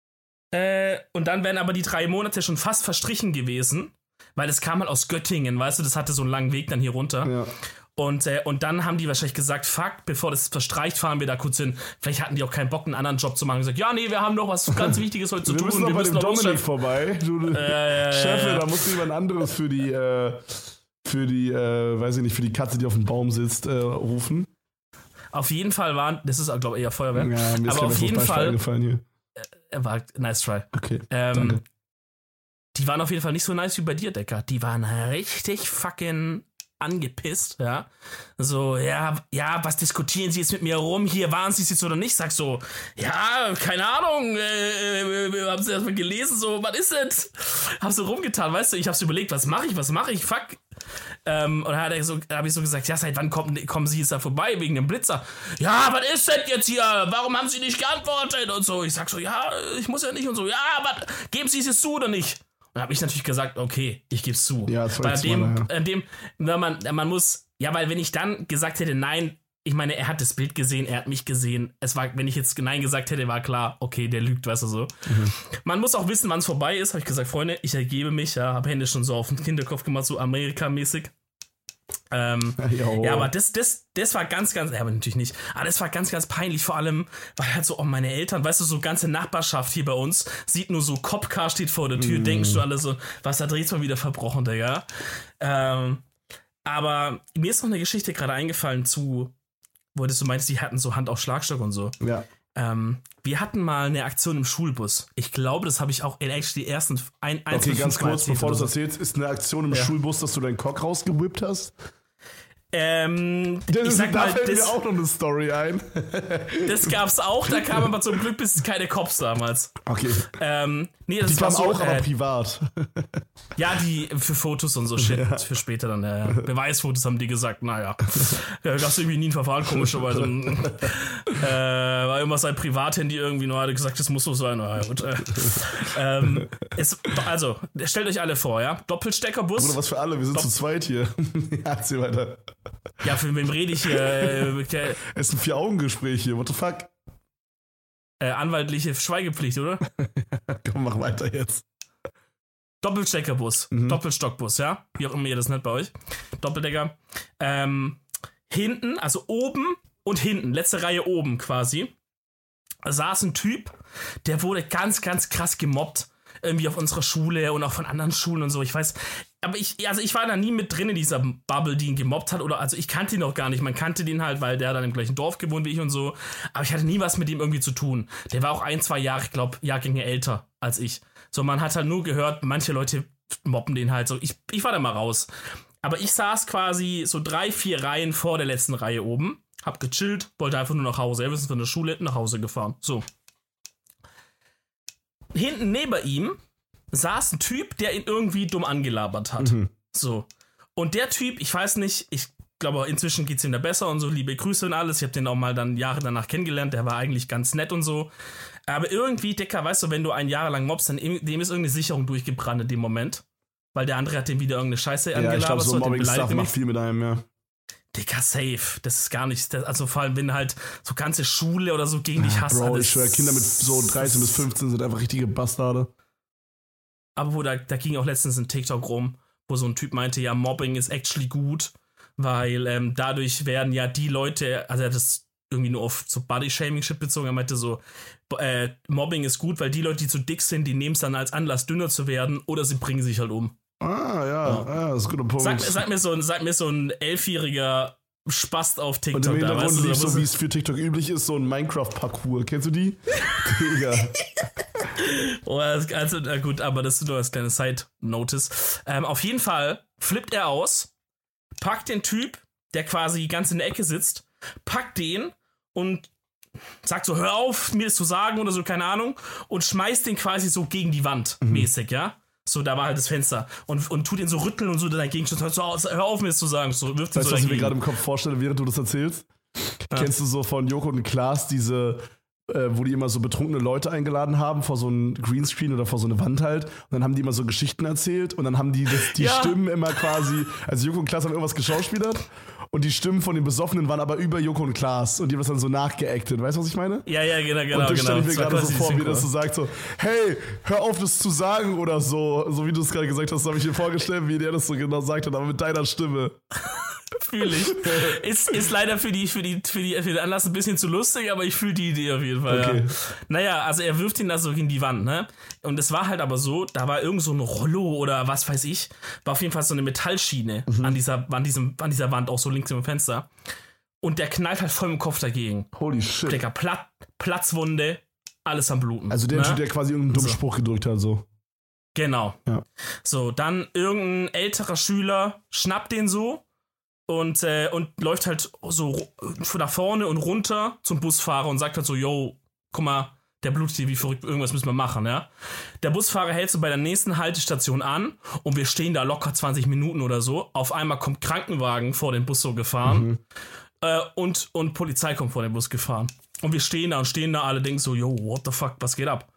äh, und dann wären aber die drei Monate schon fast verstrichen gewesen, weil das kam halt aus Göttingen, weißt du, das hatte so einen langen Weg dann hier runter. Ja. Und, äh, und dann haben die wahrscheinlich gesagt, fuck, bevor das verstreicht, fahren wir da kurz hin. Vielleicht hatten die auch keinen Bock, einen anderen Job zu machen. Und gesagt, ja, nee, wir haben noch was ganz Wichtiges heute zu wir tun. Müssen wir müssen noch bei dem Dominik vorbei. Du, äh, Chef, da muss jemand anderes für die, äh, für die, äh, weiß ich nicht, für die Katze, die auf dem Baum sitzt, äh, rufen. Auf jeden Fall waren, das ist, glaube ich, eher Feuerwehr. Ja, mir ist aber auf jeden Fall, hier. er war nice try. Okay, ähm, danke. Die waren auf jeden Fall nicht so nice wie bei dir, Decker. Die waren richtig fucking angepisst, ja. So, ja, ja, was diskutieren Sie jetzt mit mir rum? Hier, waren Sie es jetzt oder nicht? Sag so, ja, keine Ahnung, äh, äh, haben Sie das mal gelesen? So, was ist das? Hab so rumgetan, weißt du? Ich hab's überlegt, was mache ich, was mache ich? Fuck. Ähm, und dann hat er so, hab ich so gesagt, ja, seit wann kommen, kommen Sie jetzt da vorbei wegen dem Blitzer? Ja, was ist denn jetzt hier? Warum haben Sie nicht geantwortet? Und so, ich sag so, ja, ich muss ja nicht und so, ja, aber geben Sie es jetzt zu oder nicht? Und habe ich natürlich gesagt, okay, ich gebe es zu. Ja, das weil an dem, mal, ja. an dem, wenn man, man muss, ja, weil wenn ich dann gesagt hätte, nein, ich meine, er hat das Bild gesehen, er hat mich gesehen. Es war, wenn ich jetzt nein gesagt hätte, war klar, okay, der lügt, weißt du so. Mhm. Man muss auch wissen, wann es vorbei ist. Habe ich gesagt, Freunde, ich ergebe mich, ja, habe Hände schon so auf den Hinterkopf gemacht, so Amerika-mäßig. Ähm, ja, aber das, das, das war ganz, ganz, ja, aber natürlich nicht, aber das war ganz, ganz peinlich, vor allem, weil halt so, oh, meine Eltern, weißt du, so ganze Nachbarschaft hier bei uns, sieht nur so, Copcar steht vor der Tür, mm. denkst du alle so, was, da dreht's mal wieder verbrochen, Digga. Ähm, aber mir ist noch eine Geschichte gerade eingefallen zu, wo du meintest, die hatten so Hand auf Schlagstock und so. Ja. Ähm, wir hatten mal eine Aktion im Schulbus. Ich glaube, das habe ich auch in actually die ersten ein, eins Okay, ganz kurz, bevor du es so. erzählst, ist eine Aktion im ja. Schulbus, dass du deinen Cock rausgewippt hast? Ähm, das ich ist, sag da mal, fällt das, mir auch noch eine Story ein. Das gab's auch, da kamen aber zum Glück bis keine Cops damals. Okay. Ähm, nee, das die war kamen so, auch, aber äh, privat. Ja, die für Fotos und so Shit, ja. für später dann, äh, Beweisfotos haben die gesagt, naja, da gab's irgendwie nie ein Verfahren, komischerweise. äh, war immer sein Privathandy irgendwie, nur hat er gesagt, das muss so sein. Naja, gut, äh, ähm, es, also, stellt euch alle vor, ja, Doppelsteckerbus. Oder was für alle, wir sind Dopp- zu zweit hier. Ja, erzähl weiter. Ja, für wem rede ich hier? Äh, äh, es ist ein Vier-Augen-Gespräch hier, what the fuck? Äh, anwaltliche Schweigepflicht, oder? Komm, mach weiter jetzt. Doppelsteckerbus, mhm. Doppelstockbus, ja? Wie auch immer ihr das nennt bei euch. Doppeldecker. Ähm, hinten, also oben und hinten, letzte Reihe oben quasi, saß ein Typ, der wurde ganz, ganz krass gemobbt. Irgendwie auf unserer Schule und auch von anderen Schulen und so. Ich weiß, aber ich, also ich war da nie mit drin in dieser Bubble, die ihn gemobbt hat. Oder also ich kannte ihn auch gar nicht. Man kannte den halt, weil der dann im gleichen Dorf gewohnt wie ich und so. Aber ich hatte nie was mit ihm irgendwie zu tun. Der war auch ein, zwei Jahre, ich glaube, Jahrgänge älter als ich. So, man hat halt nur gehört, manche Leute mobben den halt so. Ich, ich war da mal raus. Aber ich saß quasi so drei, vier Reihen vor der letzten Reihe oben. Hab gechillt, wollte einfach nur nach Hause. Wir sind von der Schule nach Hause gefahren. So. Hinten neben ihm saß ein Typ, der ihn irgendwie dumm angelabert hat. Mhm. So. Und der Typ, ich weiß nicht, ich glaube, inzwischen geht's ihm da besser und so, liebe Grüße und alles. Ich habe den auch mal dann Jahre danach kennengelernt, der war eigentlich ganz nett und so. Aber irgendwie, Dicker, weißt du, wenn du ein Jahr lang mobst, dann dem ist irgendeine Sicherung durchgebrannt in dem Moment. Weil der andere hat dem wieder irgendeine Scheiße angelabert. Ja, ich glaube, so Mobbing-Stuff macht viel mit einem, ja. Dicker, safe. Das ist gar nicht, das, also vor allem, wenn halt so ganze Schule oder so gegen dich hasst. Bro, ich schwör, Kinder mit so dreizehn bis fünfzehn sind einfach richtige Bastarde. Aber wo da, da ging auch letztens ein TikTok rum, wo so ein Typ meinte, ja, Mobbing ist actually gut, weil ähm, dadurch werden ja die Leute, also er hat das irgendwie nur auf so Body-Shaming-Shit bezogen, er meinte so, äh, Mobbing ist gut, weil die Leute, die zu dick sind, die nehmen es dann als Anlass, dünner zu werden, oder sie bringen sich halt um. Ah, ja, ja, ja, das ist ein guter Punkt. Sag, sag, mir so ein, sag mir so ein elfjähriger Spast auf TikTok. Und im Hintergrund da, weißt du, lief, so wie es für TikTok üblich ist, so ein Minecraft-Parcours. Kennst du die? Digga. Oh, also, na gut, aber das ist nur als kleine Side-Notice. Ähm, auf jeden Fall flippt er aus, packt den Typ, der quasi ganz in der Ecke sitzt, packt den und sagt so, hör auf, mir das zu sagen oder so, keine Ahnung, und schmeißt den quasi so gegen die Wand, mhm. mäßig, ja? So, da war halt das Fenster. Und, und tut ihn so rütteln und so dagegen. So, hör auf, mir das zu sagen. So, wirft ihn weißt du, so was dagegen. ich mir gerade im Kopf vorstelle, während du das erzählst? Ja. Kennst du so von Joko und Klaas diese, äh, wo die immer so betrunkene Leute eingeladen haben vor so einem Greenscreen oder vor so eine Wand halt. Und dann haben die immer so Geschichten erzählt und dann haben die das, die ja. Stimmen immer quasi, also Joko und Klaas haben irgendwas geschauspielert und die Stimmen von den Besoffenen waren aber über Joko und Klaas und die haben das dann so nachgeactet. Weißt du, was ich meine? Ja, ja, genau, genau. Und das stelle ich mir genau. gerade so vor, wie das so sagt so, hey, hör auf, das zu sagen oder so. So wie du es gerade gesagt hast, habe ich mir vorgestellt, wie der das so genau sagt hat, aber mit deiner Stimme. Fühle ich. Ist, ist leider für die, für, die, für, die, für den Anlass ein bisschen zu lustig, aber ich fühle die Idee auf jeden Fall. Okay. Ja. Naja, also er wirft ihn da so in die Wand, ne? Und es war halt aber so, da war irgend so ein Rollo oder was weiß ich, war auf jeden Fall so eine Metallschiene mhm. an, dieser, an, diesem, an dieser Wand, auch so links im Fenster. Und der knallt halt voll im Kopf dagegen. Holy shit. Digga, Platt, Platzwunde, alles am Bluten. Also der ne? Typ, der quasi irgendeinen dummen so. Spruch gedrückt hat, so. Genau. Ja. So, dann irgendein älterer Schüler schnappt den so und, äh, und läuft halt so nach vorne und runter zum Busfahrer und sagt halt so, yo, guck mal, der blutet hier wie verrückt, irgendwas müssen wir machen, ja. Der Busfahrer hält so bei der nächsten Haltestation an und wir stehen da locker zwanzig Minuten oder so. Auf einmal kommt Krankenwagen vor den Bus so gefahren mhm. äh, und, und Polizei kommt vor den Bus gefahren. Und wir stehen da und stehen da, alle denken so, yo, what the fuck, was geht ab?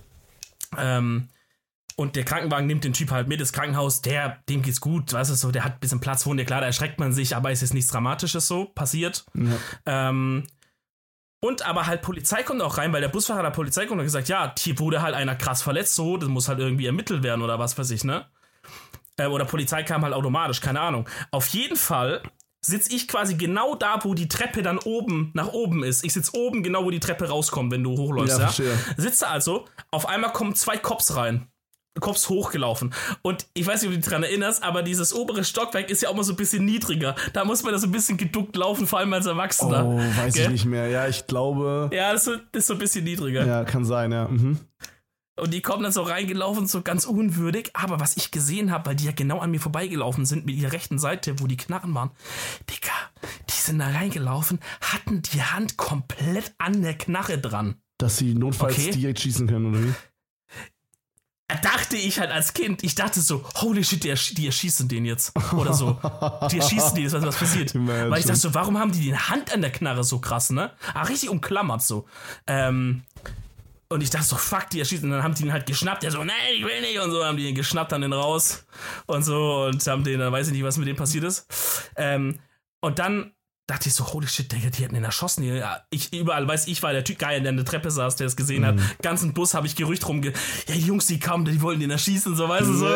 Ähm, und der Krankenwagen nimmt den Typ halt mit ins Krankenhaus, der, dem geht's gut, weißt du, so, der hat ein bisschen Platzwunde, klar, da erschreckt man sich, aber es ist nichts Dramatisches so passiert. Ja. Ähm, Und aber halt Polizei kommt auch rein, weil der Busfahrer der Polizei kommt und hat gesagt, ja, hier wurde halt einer krass verletzt, so, das muss halt irgendwie ermittelt werden oder was weiß ich, ne? Äh, oder Polizei kam halt automatisch, keine Ahnung. Auf jeden Fall sitze ich quasi genau da, wo die Treppe dann oben nach oben ist. Ich sitze oben genau, wo die Treppe rauskommt, wenn du hochläufst, ja? ja? Sitze also, auf einmal kommen zwei Cops rein. Cops hochgelaufen. Und ich weiß nicht, ob du dich daran erinnerst, aber dieses obere Stockwerk ist ja auch mal so ein bisschen niedriger. Da muss man da so ein bisschen geduckt laufen, vor allem als Erwachsener. Oh, weiß Gell? ich nicht mehr. Ja, ich glaube... Ja, das ist so ein bisschen niedriger. Ja, kann sein, ja. Mhm. Und die kommen dann so reingelaufen, so ganz unwürdig. Aber was ich gesehen habe, weil die ja genau an mir vorbeigelaufen sind mit ihrer rechten Seite, wo die Knarren waren. Digga, die sind da reingelaufen, hatten die Hand komplett an der Knarre dran. Dass sie notfalls okay. direkt schießen können, oder wie? Dachte ich halt als Kind, ich dachte so, holy shit, die, ersch- die erschießen den jetzt. Oder so. Die erschießen den jetzt, was, was passiert. Imagine. Weil ich dachte so, warum haben die die Hand an der Knarre so krass, ne? Ah, richtig umklammert so. Ähm, und ich dachte so, fuck, die erschießen. Und dann haben die ihn halt geschnappt. Der so, nein, ich will nicht. Und so haben die ihn geschnappt, haben den raus. Und so. Und haben den, dann weiß ich nicht, was mit dem passiert ist. Ähm, und dann dachte ich so, holy shit, Digga, die hätten ihn erschossen. Ja, ich, überall, weiß ich, war der Typ geil, der an der Treppe saß, der es gesehen mhm. hat. Ganzen Bus habe ich Gerücht rumge... Ja, die Jungs, die kamen, die wollten den erschießen, so, weißt du, so.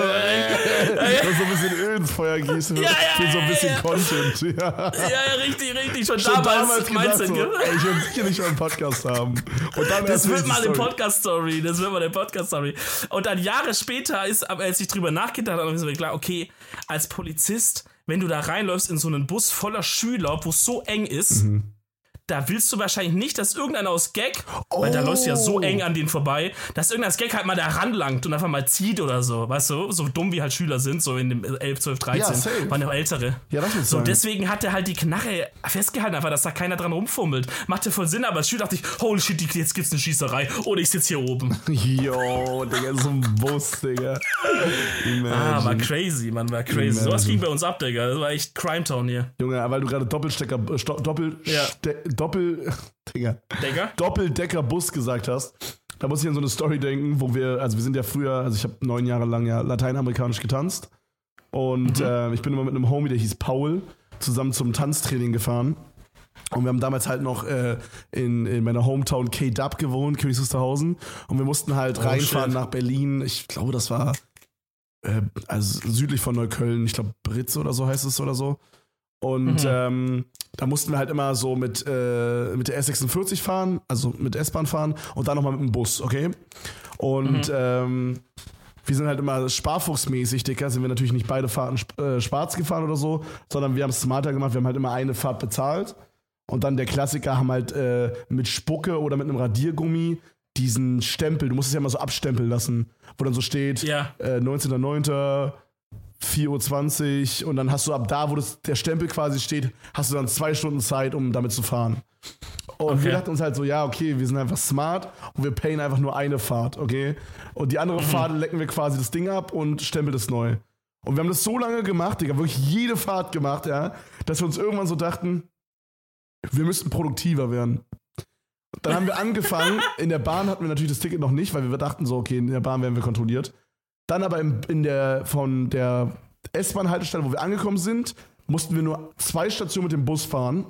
Yeah. so ein bisschen Öl ins Feuer gießen. Ja, ja, für so ein bisschen ja. Content. Ja. ja, ja, richtig, richtig. Schon, schon damals, damals gesagt, so, ey, ich will sicher nicht mal einen Podcast haben. Und dann das wird mal eine Podcast-Story. Das wird mal eine Podcast-Story. Und dann Jahre später ist, als ich drüber nachgedacht habe, ist mir klar, okay, als Polizist, wenn du da reinläufst in so einen Bus voller Schüler, wo es so eng ist, mhm. da willst du wahrscheinlich nicht, dass irgendeiner aus Gag, oh. weil da läufst du ja so eng an denen vorbei, dass irgendeiner aus Gag halt mal da ranlangt und einfach mal zieht oder so, weißt du? So dumm wie halt Schüler sind, so in dem elf, zwölf, dreizehn, ja, waren ja auch ältere. Ja, das so, sein. Deswegen hat er halt die Knarre festgehalten, einfach, dass da keiner dran rumfummelt. Macht ja voll Sinn, aber als Schüler dachte ich, holy shit, jetzt gibt's eine Schießerei oder ich sitze hier oben. Yo, Digga, so ein Bus, Digga. Imagine. Ah, war crazy, man, war crazy. Imagine. Sowas ging bei uns ab, Digga. Das war echt Crime Town hier. Junge, weil du gerade Doppelstecker, Sto- Doppel, ja. Ste- Doppel, Digga. Decker? Doppeldecker-Bus gesagt hast. Da muss ich an so eine Story denken, wo wir, also wir sind ja früher, also ich habe neun Jahre lang ja lateinamerikanisch getanzt. Und mhm. äh, ich bin immer mit einem Homie, der hieß Paul, zusammen zum Tanztraining gefahren. Und wir haben damals halt noch äh, in, in meiner Hometown K-Dub gewohnt, Königs Wusterhausen. Und wir mussten halt oh, reinfahren shit. nach Berlin. Ich glaube, das war äh, also südlich von Neukölln. Ich glaube, Britz oder so heißt es oder so. Und mhm. ähm, da mussten wir halt immer so mit, äh, mit der S sechsundvierzig fahren, also mit S-Bahn fahren und dann nochmal mit dem Bus, okay? Und mhm. ähm, wir sind halt immer sparfuchsmäßig, Dicker, sind wir natürlich nicht beide Fahrten äh, schwarz gefahren oder so, sondern wir haben es smarter gemacht, wir haben halt immer eine Fahrt bezahlt und dann der Klassiker haben halt äh, mit Spucke oder mit einem Radiergummi diesen Stempel, du musst es ja immer so abstempeln lassen, wo dann so steht, ja. äh, neunzehnter neunter vier Uhr zwanzig und dann hast du ab da, wo das, der Stempel quasi steht, hast du dann zwei Stunden Zeit, um damit zu fahren. Und okay. wir dachten uns halt so, ja, okay, wir sind einfach smart und wir payen einfach nur eine Fahrt, okay? Und die andere mhm. Fahrt lecken wir quasi das Ding ab und stempeln es neu. Und wir haben das so lange gemacht, Digga, wirklich jede Fahrt gemacht, ja, dass wir uns irgendwann so dachten, wir müssten produktiver werden. Dann haben wir angefangen, in der Bahn hatten wir natürlich das Ticket noch nicht, weil wir dachten so, okay, in der Bahn werden wir kontrolliert. Dann aber in, in der, von der S-Bahn-Haltestelle, wo wir angekommen sind, mussten wir nur zwei Stationen mit dem Bus fahren.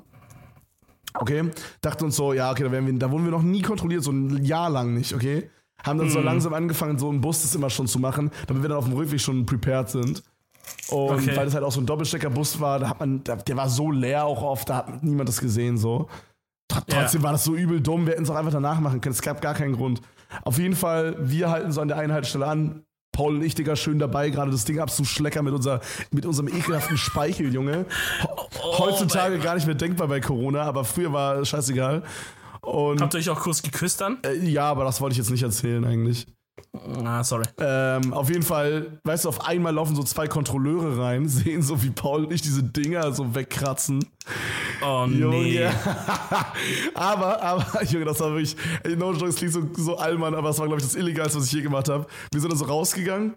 Okay, dachten uns so, ja, okay, da, werden wir, da wurden wir noch nie kontrolliert, so ein Jahr lang nicht, okay? Haben dann mm. so langsam angefangen, so einen Bus das immer schon zu machen, damit wir dann auf dem Rückweg schon prepared sind. Und okay. weil das halt auch so ein Doppelstecker-Bus war, da hat man, der war so leer auch oft, da hat niemand das gesehen, so. Trotzdem ja. war das so übel dumm, wir hätten es auch einfach danach machen können, es gab gar keinen Grund. Auf jeden Fall, wir halten so an der einen Haltestelle an, Paul und ich, Digga, schön dabei, gerade das Ding abzuschleckern mit, unser, mit unserem ekelhaften Speichel, Junge. Heutzutage oh, gar nicht mehr denkbar bei Corona, aber früher war scheißegal. Und, Habt ihr euch auch kurz geküsst dann? Äh, ja, aber das wollte ich jetzt nicht erzählen eigentlich. Ah, sorry. Ähm, auf jeden Fall, weißt du, auf einmal laufen so zwei Kontrolleure rein, sehen so, wie Paul und ich diese Dinger so wegkratzen. Oh, Junge. nee. aber, aber, Junge, das war wirklich, ey, no joke, es klingt so, so allmann, aber das war, glaube ich, das Illegalste, was ich je gemacht habe. Wir sind da so rausgegangen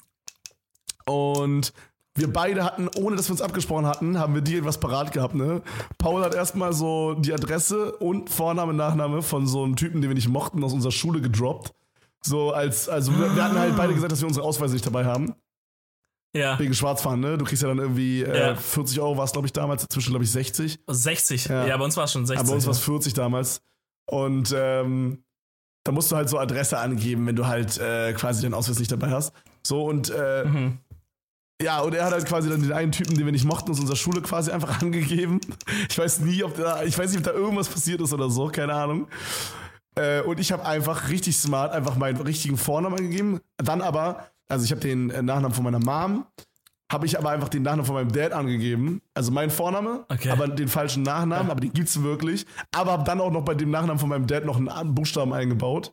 und wir beide hatten, ohne dass wir uns abgesprochen hatten, haben wir dir etwas parat gehabt, ne? Paul hat erstmal so die Adresse und Vorname, Nachname von so einem Typen, den wir nicht mochten, aus unserer Schule gedroppt. So als, also wir, wir hatten halt beide gesagt, dass wir unsere Ausweise nicht dabei haben. Ja. Wegen Schwarzfahren, ne? Du kriegst ja dann irgendwie äh, Ja. vierzig Euro, war es, glaube ich, damals, zwischen, glaube ich, sechzig. sechzig. Ja. Ja, bei uns war es schon sechzig. Aber bei uns ja. war es vierzig damals. Und ähm, da musst du halt so Adresse angeben, wenn du halt äh, quasi deinen Ausweis nicht dabei hast. So und äh, Mhm. ja, und er hat halt quasi dann den einen Typen, den wir nicht mochten, aus unserer Schule quasi einfach angegeben. Ich weiß nie, ob da, ich weiß nicht, ob da irgendwas passiert ist oder so, keine Ahnung. Äh, und ich habe einfach richtig smart einfach meinen richtigen Vornamen angegeben. Dann aber, also ich habe den äh, Nachnamen von meiner Mom, habe ich aber einfach den Nachnamen von meinem Dad angegeben. Also mein Vorname, Okay. aber den falschen Nachnamen, Ja. aber den gibt's wirklich. Aber habe dann auch noch bei dem Nachnamen von meinem Dad noch einen Buchstaben eingebaut.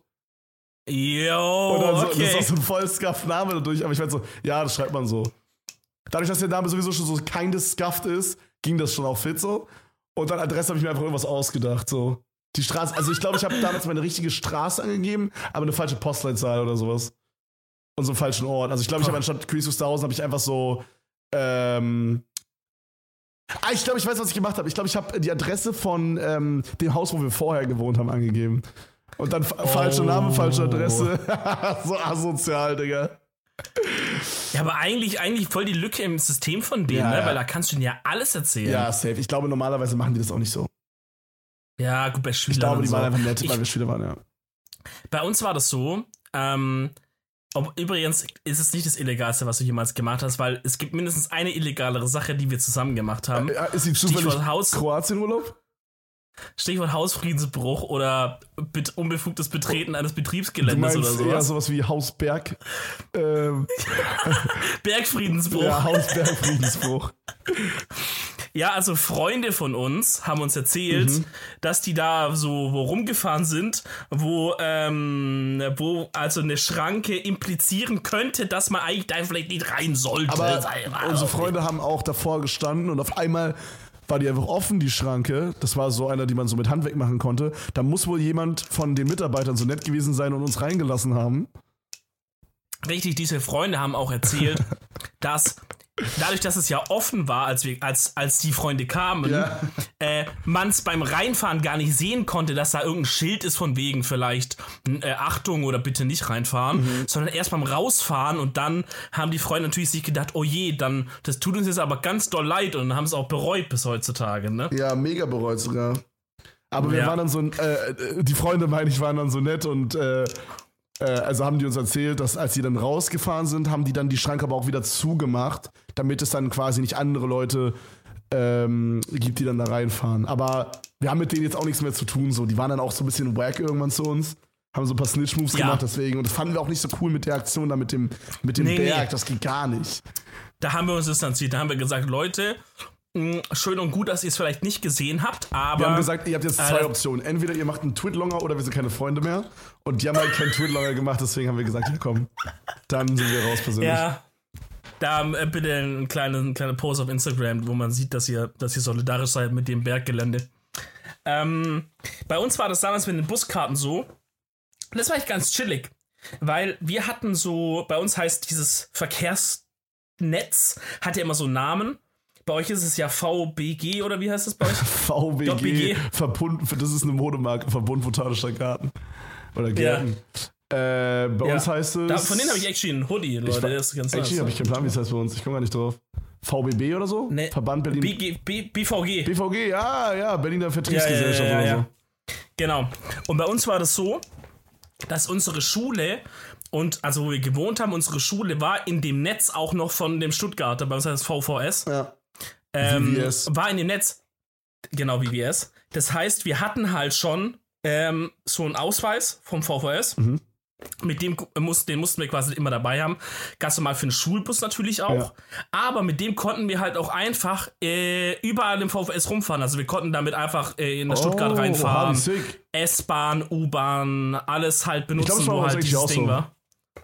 Yo, Und dann so, okay. das ist auch so ein voll scuffed Name dadurch, aber ich weiß so, ja, das schreibt man so. Dadurch, dass der Name sowieso schon so keine scuffed ist, ging das schon auch fit so. Und dann Adresse habe ich mir einfach irgendwas ausgedacht, so. Die Straße, also ich glaube, ich habe damals meine richtige Straße angegeben, aber eine falsche Postleitzahl oder sowas. Und so einen falschen Ort. Also ich glaube, ich habe anstatt Königs Wusterhausen habe ich einfach so, ähm, ah, ich glaube, ich weiß, was ich gemacht habe. Ich glaube, ich habe die Adresse von ähm, dem Haus, wo wir vorher gewohnt haben, angegeben. Und dann f- falscher Name, falsche Adresse. So asozial, Digga. Ja, aber eigentlich, eigentlich voll die Lücke im System von denen, Ja, ne? ja. Weil da kannst du ihnen ja alles erzählen. Ja, safe. Ich glaube, normalerweise machen die das auch nicht so. Ja, gut, bei Schülern Ich glaube, und die so. waren einfach nett, Ich- weil wir Schüler waren, ja. Bei uns war das so, ähm, ob, übrigens ist es nicht das Illegalste, was du jemals gemacht hast, weil es gibt mindestens eine illegalere Sache, die wir zusammen gemacht haben. Ja, ist die zufällig Stichwort Haus, Kroatien-Urlaub? Stichwort Hausfriedensbruch oder bet- unbefugtes Betreten eines Betriebsgeländes Du oder meinst eher sowas. sowas wie Hausberg. Ähm, Bergfriedensbruch. ja, Ja. Hausberg-Friedensbruch. also Freunde von uns haben uns erzählt, Mhm. dass die da so wo rumgefahren sind, wo, ähm, wo also eine Schranke implizieren könnte, dass man eigentlich da vielleicht nicht rein sollte. Aber Sei- unsere Freunde haben auch davor gestanden und auf einmal war die einfach offen, die Schranke. Das war so einer, die man so mit Hand wegmachen konnte. Da muss wohl jemand von den Mitarbeitern so nett gewesen sein und uns reingelassen haben. Richtig, diese Freunde haben auch erzählt, dass dadurch, dass es ja offen war, als wir, als, als die Freunde kamen, Ja. äh, man es beim Reinfahren gar nicht sehen konnte, dass da irgendein Schild ist von wegen vielleicht äh, Achtung oder bitte nicht reinfahren, Mhm. sondern erst beim Rausfahren und dann haben die Freunde natürlich sich gedacht, oh je, dann, das tut uns jetzt aber ganz doll leid und haben es auch bereut bis heutzutage, ne? Ja, mega bereut sogar. Aber wir Ja. waren dann so, äh, die Freunde, meine ich, waren dann so nett und äh, äh, also haben die uns erzählt, dass als die dann rausgefahren sind, haben die dann die Schranke aber auch wieder zugemacht, damit es dann quasi nicht andere Leute ähm, gibt, die dann da reinfahren. Aber wir haben mit denen jetzt auch nichts mehr zu tun, so. Die waren dann auch so ein bisschen wack irgendwann zu uns, haben so ein paar Snitch-Moves Ja. gemacht deswegen und das fanden wir auch nicht so cool mit der Aktion da mit dem, mit dem Nee, Berg, nee. das geht gar nicht. Da haben wir uns distanziert, da haben wir gesagt, Leute, mh, schön und gut, dass ihr es vielleicht nicht gesehen habt, aber Wir haben gesagt, ihr habt jetzt zwei äh, Optionen. Entweder ihr macht einen Twitlonger oder wir sind keine Freunde mehr. Und die haben halt keinen Twitlonger gemacht, deswegen haben wir gesagt, ja komm, dann sind wir raus persönlich. Ja, da äh, bitte einen kleinen, einen kleinen Post auf Instagram, wo man sieht, dass ihr, dass ihr solidarisch seid mit dem Berggelände. Ähm, bei uns war das damals mit den Buskarten so, das war echt ganz chillig, weil wir hatten so, bei uns heißt dieses Verkehrsnetz, hat ja immer so Namen. Bei euch ist es ja V B G oder wie heißt das bei euch? V B G, J B G. Verbund, das ist eine Modemarke, Verbund Botanischer Garten. Oder Gärten. Äh, bei Ja. uns heißt es... Da, von denen habe ich actually einen Hoodie, Leute. Das ist ganz Actually nice. habe ich keinen Plan, wie es heißt bei uns. Ich komme gar nicht drauf. V B B oder so? Nee, Verband Berlin... B G, B, B V G. B V G, ja, ja, Berliner Vertriebsgesellschaft Ja, ja, ja, oder ja. so. Genau. Und bei uns war das so, dass unsere Schule und, also wo wir gewohnt haben, unsere Schule war in dem Netz auch noch von dem Stuttgarter, bei uns heißt es V V S, Ja. ähm, V V S. war in dem Netz, genau, V V S. Das heißt, wir hatten halt schon ähm, so einen Ausweis vom V V S Mhm. Mit dem muss, den mussten wir quasi immer dabei haben. Ganz normal für den Schulbus natürlich auch. Ja. Aber mit dem konnten wir halt auch einfach äh, überall im V V S rumfahren. Also wir konnten damit einfach äh, in der Stuttgart oh, reinfahren. S-Bahn, U-Bahn, alles halt benutzen, ich glaub, wo halt dieses Ding so. war.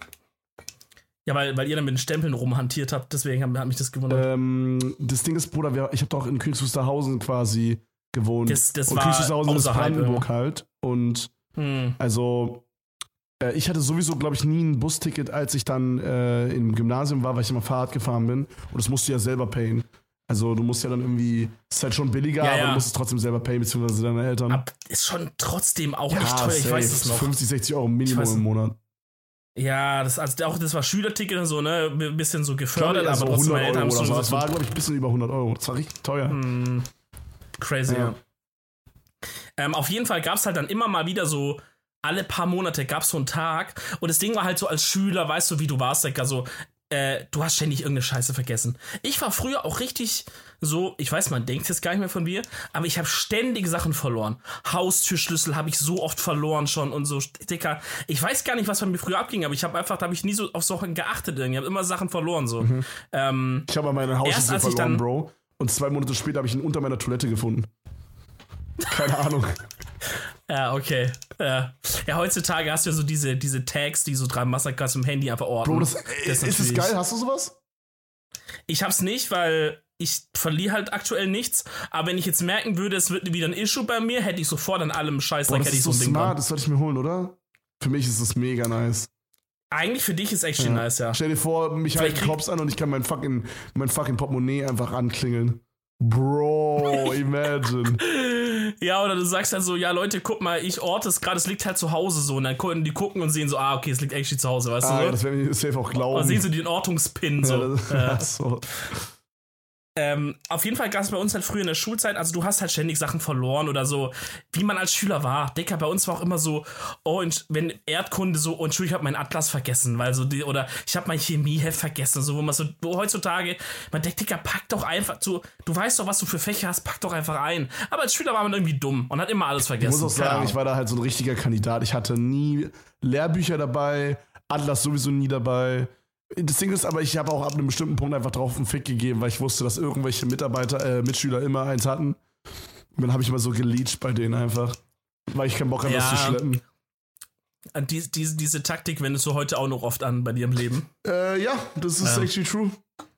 Ja, weil, weil ihr dann mit den Stempeln rumhantiert habt. Deswegen hat, hat mich das gewundert. Ähm, das Ding ist, Bruder, wir, ich habe doch in Königs Wusterhausen quasi gewohnt. Das, das und war Königs Wusterhausen ist Brandenburg ja. halt. Und hm. also ich hatte sowieso, glaube ich, nie ein Busticket, als ich dann äh, im Gymnasium war, weil ich immer Fahrrad gefahren bin. Und das musst du ja selber payen. Also du musst ja dann irgendwie, es ist halt schon billiger, ja, aber ja. du musst es trotzdem selber payen, beziehungsweise deine Eltern. Ab, ist schon trotzdem auch ja, nicht teuer, ich safe. weiß es noch. fünfzig, sechzig Euro Minimum im Monat. Ja, das, also auch, das war Schülerticket und so, ne, ein bisschen so gefördert, also aber trotzdem meine Eltern haben schon so. Das war, glaube ich, ein bisschen über hundert Euro. Das war richtig teuer. Hm, crazy, ja. ja. Ähm, auf jeden Fall gab es halt dann immer mal wieder so alle paar Monate gab es so einen Tag und das Ding war halt so als Schüler, weißt du, wie du warst, also äh, du hast ständig irgendeine Scheiße vergessen. Ich war früher auch richtig so, ich weiß, man denkt jetzt gar nicht mehr von mir, aber ich habe ständig Sachen verloren. Haustürschlüssel habe ich so oft verloren schon und so, Dicker. Ich weiß gar nicht, was bei mir früher abging, aber ich habe einfach, da habe ich nie so auf Sachen geachtet. Ich habe immer Sachen verloren, so. Mhm. Ähm, ich habe meine Haustür verloren, dann, Bro, und zwei Monate später habe ich ihn unter meiner Toilette gefunden. Keine Ahnung. Ja, okay. Ja. ja, heutzutage hast du ja so diese, diese Tags, die so dran machst, dann kannst du im Handy einfach orten. Bro, das, das ist das geil? Hast du sowas? Ich hab's nicht, weil ich verliere halt aktuell nichts. Aber wenn ich jetzt merken würde, es wird wieder ein Issue bei mir, hätte ich sofort an allem Scheiß. Boah, das hätte ist ich so so ein Ding smart, dran. Das sollte ich mir holen, oder? Für mich ist das mega nice. Eigentlich für dich ist echt ja. nice, ja. Stell dir vor, mich halt Cops an und ich kann mein fucking, mein fucking Portemonnaie einfach anklingeln. Bro, imagine. Ja, oder du sagst halt so, ja Leute, guck mal, ich orte es gerade, es liegt halt zu Hause so. Und dann können die gucken und sehen so, ah, okay, es liegt actually zu Hause, weißt ah, du? Ja, das werden wir safe auch glauben. Oder sehen sie den Ortungspin so. Ja, das, ja. so. Ähm, auf jeden Fall gab es bei uns halt früher in der Schulzeit, also du hast halt ständig Sachen verloren oder so, wie man als Schüler war. Dicker, bei uns war auch immer so, oh, wenn Erdkunde so, oh, Entschuldigung, ich habe meinen Atlas vergessen, weil so die, oder ich habe mein Chemieheft vergessen, so, wo man so, wo heutzutage, man denkt, Dicker, pack doch einfach, so, du weißt doch, was du für Fächer hast, pack doch einfach ein. Aber als Schüler war man irgendwie dumm und hat immer alles vergessen. Ich muss auch sagen, ich war da halt so ein richtiger Kandidat. Ich hatte nie Lehrbücher dabei, Atlas sowieso nie dabei. Das Ding ist aber, ich habe auch ab einem bestimmten Punkt einfach drauf einen Fick gegeben, weil ich wusste, dass irgendwelche Mitarbeiter, äh, Mitschüler immer eins hatten. Und dann habe ich immer so geleacht bei denen einfach, weil ich keinen Bock habe, ja. das zu schleppen. Die, diese, diese Taktik wendest du heute auch noch oft an bei dir im Leben? Äh, ja, das ist ja. actually true.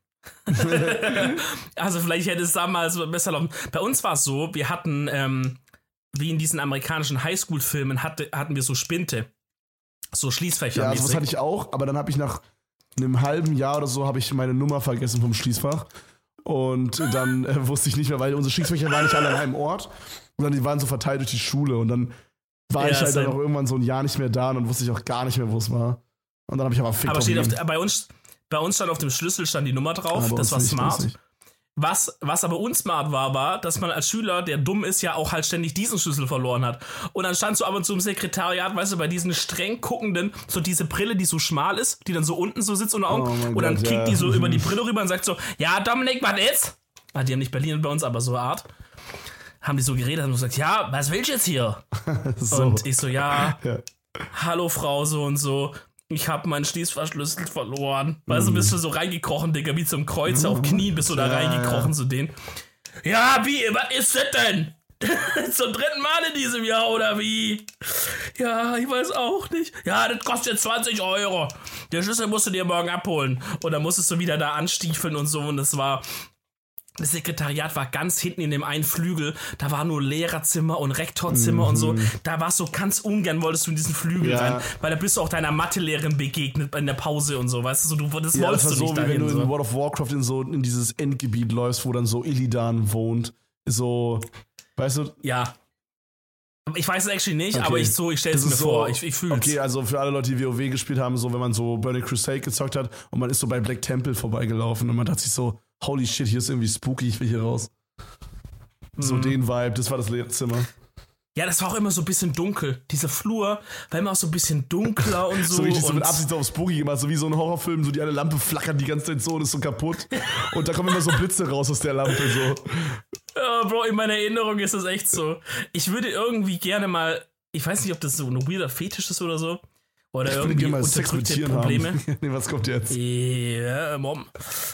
Also vielleicht hätte es damals besser laufen. Bei uns war es so, wir hatten, ähm, wie in diesen amerikanischen Highschool-Filmen, hatte, hatten wir so Spinte. So Schließfächer. Ja, sowas hatte ich auch, aber dann habe ich nach einem halben Jahr oder so habe ich meine Nummer vergessen vom Schließfach und dann äh, wusste ich nicht mehr, weil unsere Schließfächer waren nicht alle an einem Ort, sondern die waren so verteilt durch die Schule und dann war ja, ich halt dann auch irgendwann so ein Jahr nicht mehr da und dann wusste ich auch gar nicht mehr, wo es war. Und dann habe ich aber Fick Aber steht auf, bei uns bei uns stand auf dem Schlüssel stand die Nummer drauf, ja, das war nicht, smart. Was, was aber unsmart war, war, dass man als Schüler, der dumm ist, ja auch halt ständig diesen Schlüssel verloren hat. Und dann stand so ab und zu im Sekretariat, weißt du, bei diesen streng guckenden, so diese Brille, die so schmal ist, die dann so unten so sitzt unter Augen. Oh und dann Gott, kickt ja. die so über die Brille rüber und sagt so, ja, Dominik, was ist? Ah, die haben nicht Berlin bei uns, aber so eine Art. Haben die so geredet und gesagt, ja, was willst du jetzt hier? so. Und ich so, ja, ja, hallo Frau, so und so. Ich hab meinen Schließfachschlüssel verloren. Weißt du, bist du so reingekrochen, Digga, wie zum Kreuzer auf Knien bist du da reingekrochen zu denen. Ja, wie, was ist das denn? Zum dritten Mal in diesem Jahr, oder wie? Ja, ich weiß auch nicht. Ja, das kostet zwanzig Euro. Der Schlüssel musst du dir morgen abholen. Und dann musstest du wieder da anstiefeln und so. Und das war... Das Sekretariat war ganz hinten in dem einen Flügel, da war nur Lehrerzimmer und Rektorzimmer mhm. und so. Da warst du ganz ungern, wolltest du in diesen Flügel ja. rein, weil da bist du auch deiner Mathelehrerin begegnet in der Pause und so, weißt du, so, du das ja, wolltest das du so, nicht wie dahin. Wenn du so. in World of Warcraft in so in dieses Endgebiet läufst, wo dann so Illidan wohnt, so, weißt du? Ja. Ich weiß es actually nicht, okay. aber ich so, ich stelle es mir so, vor, ich, ich fühle es. Okay, also für alle Leute, die WoW gespielt haben, so wenn man so Burning Crusade gezockt hat und man ist so bei Black Temple vorbeigelaufen und man dachte sich so, holy shit, hier ist irgendwie spooky, ich will hier raus. So mm. den Vibe, das war das Lehrerzimmer. Ja, das war auch immer so ein bisschen dunkel. Dieser Flur war immer auch so ein bisschen dunkler und so. So richtig und so mit Absicht so auf spooky gemacht, so wie so ein Horrorfilm, so die eine Lampe flackert die ganze Zeit so und ist so kaputt. Und da kommen immer so Blitze raus aus der Lampe, so. Ja, Bro, in meiner Erinnerung ist das echt so. Ich würde irgendwie gerne mal, ich weiß nicht, ob das so ein weirder Fetisch ist oder so, Oder irgendwie unterdrückte Probleme. Nee, was kommt jetzt? Ja, Mom.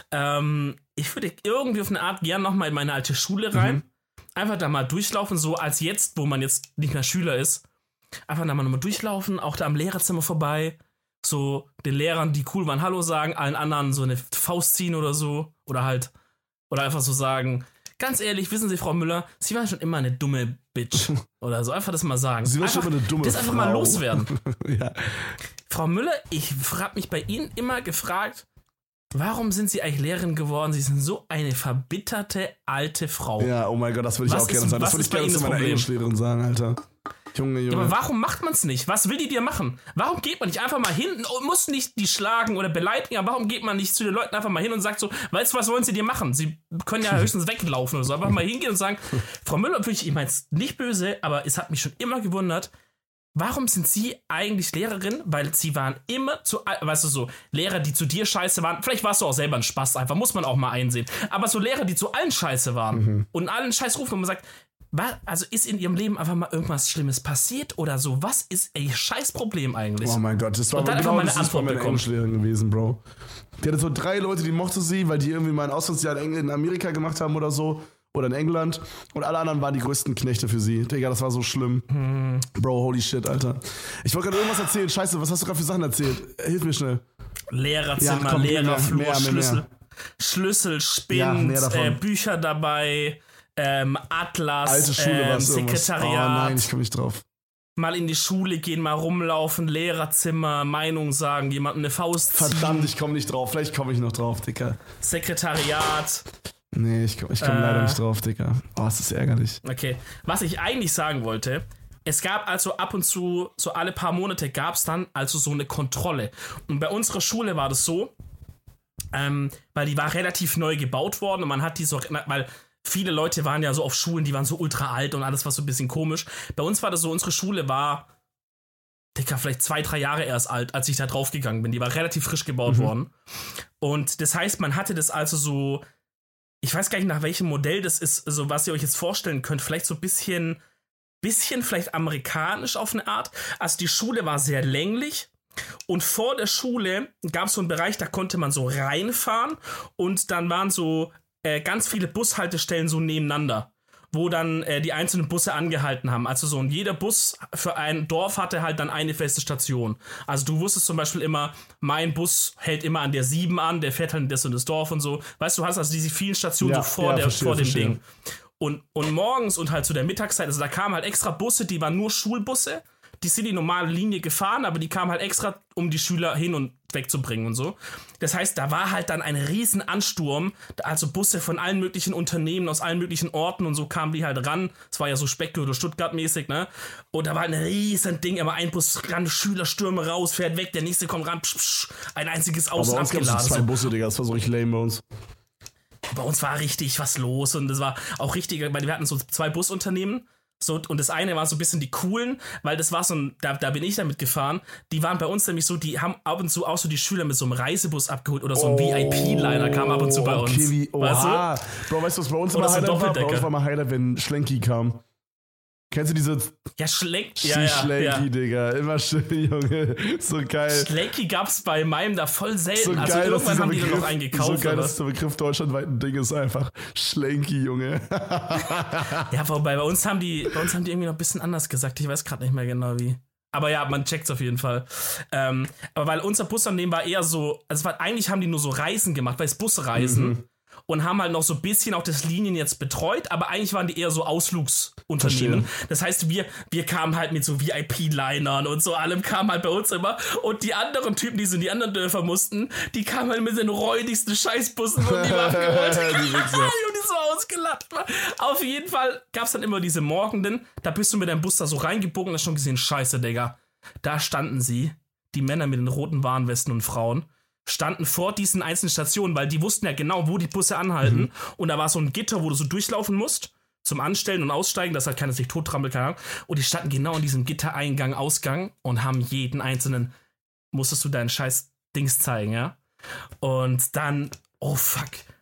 Ähm, ich würde irgendwie auf eine Art gern nochmal in meine alte Schule rein. Mhm. Einfach da mal durchlaufen, so als jetzt, wo man jetzt nicht mehr Schüler ist. Einfach da mal nochmal durchlaufen, auch da am Lehrerzimmer vorbei. So den Lehrern, die cool waren, Hallo sagen, allen anderen so eine Faust ziehen oder so. Oder halt, oder einfach so sagen, ganz ehrlich, wissen Sie, Frau Müller, Sie waren schon immer eine dumme Bitch. Oder so, einfach das mal sagen. Sie waren einfach, schon immer eine dumme Das einfach Frau. mal loswerden. Ja. Frau Müller, ich habe mich bei Ihnen immer gefragt, warum sind Sie eigentlich Lehrerin geworden? Sie sind so eine verbitterte alte Frau. Ja, oh mein Gott, das würde ich Was auch gerne ist- sagen. Das was würde ist ich bei gerne Ihnen zu das meiner Problem? Englischlehrerin sagen, Alter. Junge, Junge. Ja, aber warum macht man es nicht? Was will die dir machen? Warum geht man nicht einfach mal hin und muss nicht die schlagen oder beleidigen, aber warum geht man nicht zu den Leuten einfach mal hin und sagt so, weißt du, was wollen sie dir machen? Sie können ja höchstens weglaufen oder so. Einfach mal hingehen und sagen, Frau Müller, ich, ich meine es nicht böse, aber es hat mich schon immer gewundert, warum sind Sie eigentlich Lehrerin? Weil Sie waren immer zu, weißt du so, Lehrer, die zu dir scheiße waren, vielleicht warst du auch selber ein Spaß, einfach, muss man auch mal einsehen. Aber so Lehrer, die zu allen scheiße waren mhm. und allen Scheiß rufen und man sagt, was, also ist in ihrem Leben einfach mal irgendwas Schlimmes passiert oder so? Was ist ihr Scheißproblem eigentlich? Oh mein Gott, das war Und dann genau einfach mal das eine ist bei Antwort meiner bekommen. Englischlehrerin gewesen, Bro. Die hatte so drei Leute, die mochte sie, weil die irgendwie mal ein Auslandsjahr in Engl- in Amerika gemacht haben oder so. Oder in England. Und alle anderen waren die größten Knechte für sie. Digga, das war so schlimm. Hm. Bro, holy shit, Alter. Ich wollte gerade irgendwas erzählen. Scheiße, was hast du gerade für Sachen erzählt? Hilf mir schnell. Lehrerzimmer, Ja, komm, Lehrerflur, mehr, mehr, mehr, Schlüssel, mehr. Schlüssel, Ja, Spind, mehr davon. äh, Bücher dabei, ähm, Atlas, Alte Schule ähm, war es irgendwas. Sekretariat, Oh nein, ich komme nicht drauf. mal in die Schule gehen, mal rumlaufen, Lehrerzimmer, Meinung sagen, jemandem eine Faust ziehen, Verdammt, ich komme nicht drauf. Vielleicht komme ich noch drauf, Digga. Sekretariat. Nee, ich komme ich komm Äh. leider nicht drauf, Digga. Oh, es ist ärgerlich. Okay, was ich eigentlich sagen wollte, es gab also ab und zu, so alle paar Monate gab es dann also so eine Kontrolle. Und bei unserer Schule war das so, ähm, weil die war relativ neu gebaut worden und man hat die so, weil viele Leute waren ja so auf Schulen, die waren so ultra alt und alles war so ein bisschen komisch. Bei uns war das so, unsere Schule war, Digga, vielleicht zwei, drei Jahre erst alt, als ich da draufgegangen bin. Die war relativ frisch gebaut Mhm. worden. Und das heißt, man hatte das also so, ich weiß gar nicht, nach welchem Modell das ist, so was ihr euch jetzt vorstellen könnt, vielleicht so ein bisschen, bisschen vielleicht amerikanisch auf eine Art. Also die Schule war sehr länglich und vor der Schule gab es so einen Bereich, da konnte man so reinfahren und dann waren so äh, ganz viele Bushaltestellen so nebeneinander, wo dann äh, die einzelnen Busse angehalten haben. Also so, und jeder Bus für ein Dorf hatte halt dann eine feste Station. Also du wusstest zum Beispiel immer, mein Bus hält immer an der sieben an, der fährt halt in das und das Dorf und so. Weißt du, du hast also diese vielen Stationen Ja, so vor, ja, der, verstehe, vor dem verstehe. Ding. Und, und morgens und halt zu der Mittagszeit, also da kamen halt extra Busse, die waren nur Schulbusse. Die sind die normale Linie gefahren, aber die kamen halt extra, um die Schüler hin und wegzubringen und so. Das heißt, da war halt dann ein riesen Ansturm, also Busse von allen möglichen Unternehmen, aus allen möglichen Orten und so kamen die halt ran. Es war ja so Speckgürtel Stuttgart-mäßig, ne? Und da war ein riesen Ding, immer ein Bus ran, Schüler stürmen raus, fährt weg, der nächste kommt ran, psch, psch, ein einziges Aus- Aber und bei uns gab es abgeladen. zwei So. Busse, Digga. Das war so richtig lame bei uns. Bei uns war richtig was los und das war auch richtig, weil wir hatten so zwei Busunternehmen. So, und das eine war so ein bisschen die coolen, weil das war so ein, da, da bin ich damit gefahren, die waren bei uns nämlich so, die haben ab und zu auch so die Schüler mit so einem Reisebus abgeholt oder so ein V I P-Liner kam ab und zu bei uns. Okay, wie, weißt du? oha. Bro, weißt du, was bei uns Oder immer so ein Highlight war? Bei Doppeldecker. uns war mal Highlight, wenn Schlenki kam. Kennst du diese Ja, Schlenk, die ja, ja, Schlenki, ja. Digga? Immer schön, Junge. So geil. Schlenki gab's bei meinem da voll selten. So also geil, dass irgendwann dieser haben die dann Begriff, noch einen gekauft. so geil, aber- dass der Begriff deutschlandweit ein Ding ist, einfach Schlenki, Junge. Ja, wobei bei uns haben die, bei uns haben die irgendwie noch ein bisschen anders gesagt. Ich weiß gerade nicht mehr genau wie. Aber ja, man checkt's auf jeden Fall. Ähm, aber weil unser Busunternehmen war eher so, also es war, eigentlich haben die nur so Reisen gemacht, weil es Busreisen. Mhm. Und haben halt noch so ein bisschen auch das Linien jetzt betreut, aber eigentlich waren die eher so Ausflugsunternehmen. Das heißt, wir, wir kamen halt mit so V I P-Linern und so allem kamen halt bei uns immer. Und die anderen Typen, die so in die anderen Dörfer mussten, die kamen halt mit den räudigsten Scheißbussen und die waren abgeholt. Die Wichser. Ich hab die so ausgelacht. Auf jeden Fall gab's dann immer diese Morgenden, da bist du mit deinem Bus da so reingebogen und hast schon gesehen, scheiße, Digga. Da standen sie, die Männer mit den roten Warnwesten und Frauen, standen vor diesen einzelnen Stationen, weil die wussten ja genau, wo die Busse anhalten. Mhm. Und da war so ein Gitter, wo du so durchlaufen musst, zum Anstellen und Aussteigen, dass halt keiner sich tottrampelt, keine Ahnung. Und die standen genau in diesem Gittereingang, Ausgang und haben jeden einzelnen, musstest du deinen scheiß Dings zeigen, ja? Und dann, oh fuck,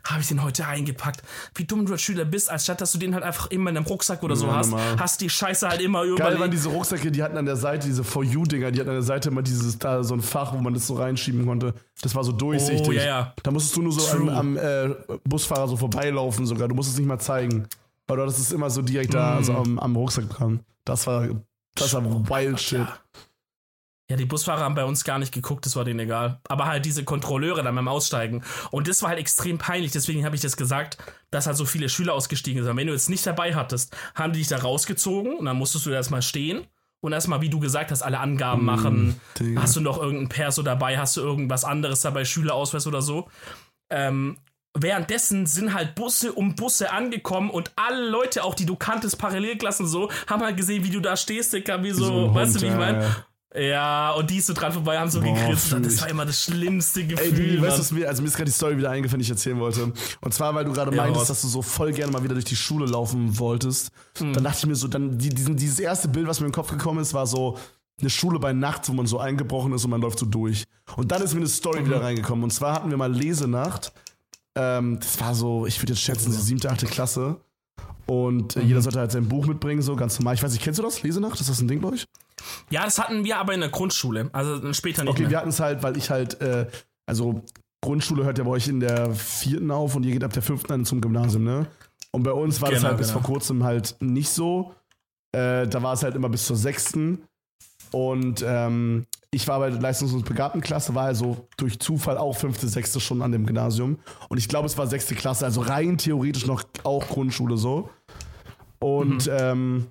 habe ich den heute eingepackt? Wie dumm du als Schüler bist, als statt dass du den halt einfach immer in einem Rucksack oder so ja, hast, normal. hast die Scheiße halt immer überall. Geil waren diese Rucksäcke, die hatten an der Seite, diese For You-Dinger, die hatten an der Seite immer dieses, da so ein Fach, wo man das so reinschieben konnte. Das war so durchsichtig. Oh, ja, ja. Da musstest du nur so am, am äh, Busfahrer so vorbeilaufen sogar, du musst es nicht mal zeigen. Weil das ist immer so direkt da, mm. also am, am Rucksack dran. Das war, das war wild shit. Ja. Ja, die Busfahrer haben bei uns gar nicht geguckt, das war denen egal. Aber halt diese Kontrolleure dann beim Aussteigen. Und das war halt extrem peinlich, deswegen habe ich das gesagt, dass halt so viele Schüler ausgestiegen sind. Wenn du jetzt nicht dabei hattest, haben die dich da rausgezogen und dann musstest du erstmal stehen und erstmal, wie du gesagt hast, alle Angaben mm, machen. Digga. Hast du noch irgendein Perso dabei, hast du irgendwas anderes dabei, Schülerausweis oder so. Ähm, währenddessen sind halt Busse um Busse angekommen und alle Leute, auch die du kanntest, Parallelklassen so, haben halt gesehen, wie du da stehst, Digga, wie so, so weißt Hund, du, wie ich meine? Ja. Ja, und die ist so dran vorbei, haben so Boah, gegrinst. Das war immer das schlimmste Gefühl. Ey, du, weißt du, was mir, also mir ist gerade die Story wieder eingefallen, die ich erzählen wollte. Und zwar, weil du gerade ja, meintest, was? dass du so voll gerne mal wieder durch die Schule laufen wolltest. Hm. Dann dachte ich mir so, dann die, diesen, dieses erste Bild, was mir in den Kopf gekommen ist, war so eine Schule bei Nacht, wo man so eingebrochen ist und man läuft so durch. Und dann ist mir eine Story mhm. wieder reingekommen. Und zwar hatten wir mal Lesenacht. Ähm, das war so, ich würde jetzt schätzen, so siebte, achte Klasse. Und mhm. jeder sollte halt sein Buch mitbringen, so ganz normal. Ich weiß nicht, kennst du das, Lesenacht? Ist das ein Ding bei euch? Ja, das hatten wir aber in der Grundschule, also später nicht Okay, mehr. Wir hatten es halt, weil ich halt, äh, also Grundschule hört ja bei euch in der vierten auf und ihr geht ab der fünften dann zum Gymnasium, ne? Und bei uns war genau, das halt genau. bis vor kurzem halt nicht so. Äh, da war es halt immer bis zur sechsten Und ähm, ich war bei der Leistungs- und Begabtenklasse, war also durch Zufall auch fünfte, sechste schon an dem Gymnasium. Und ich glaube, es war sechste Klasse, also rein theoretisch noch auch Grundschule so. Und mhm. ähm,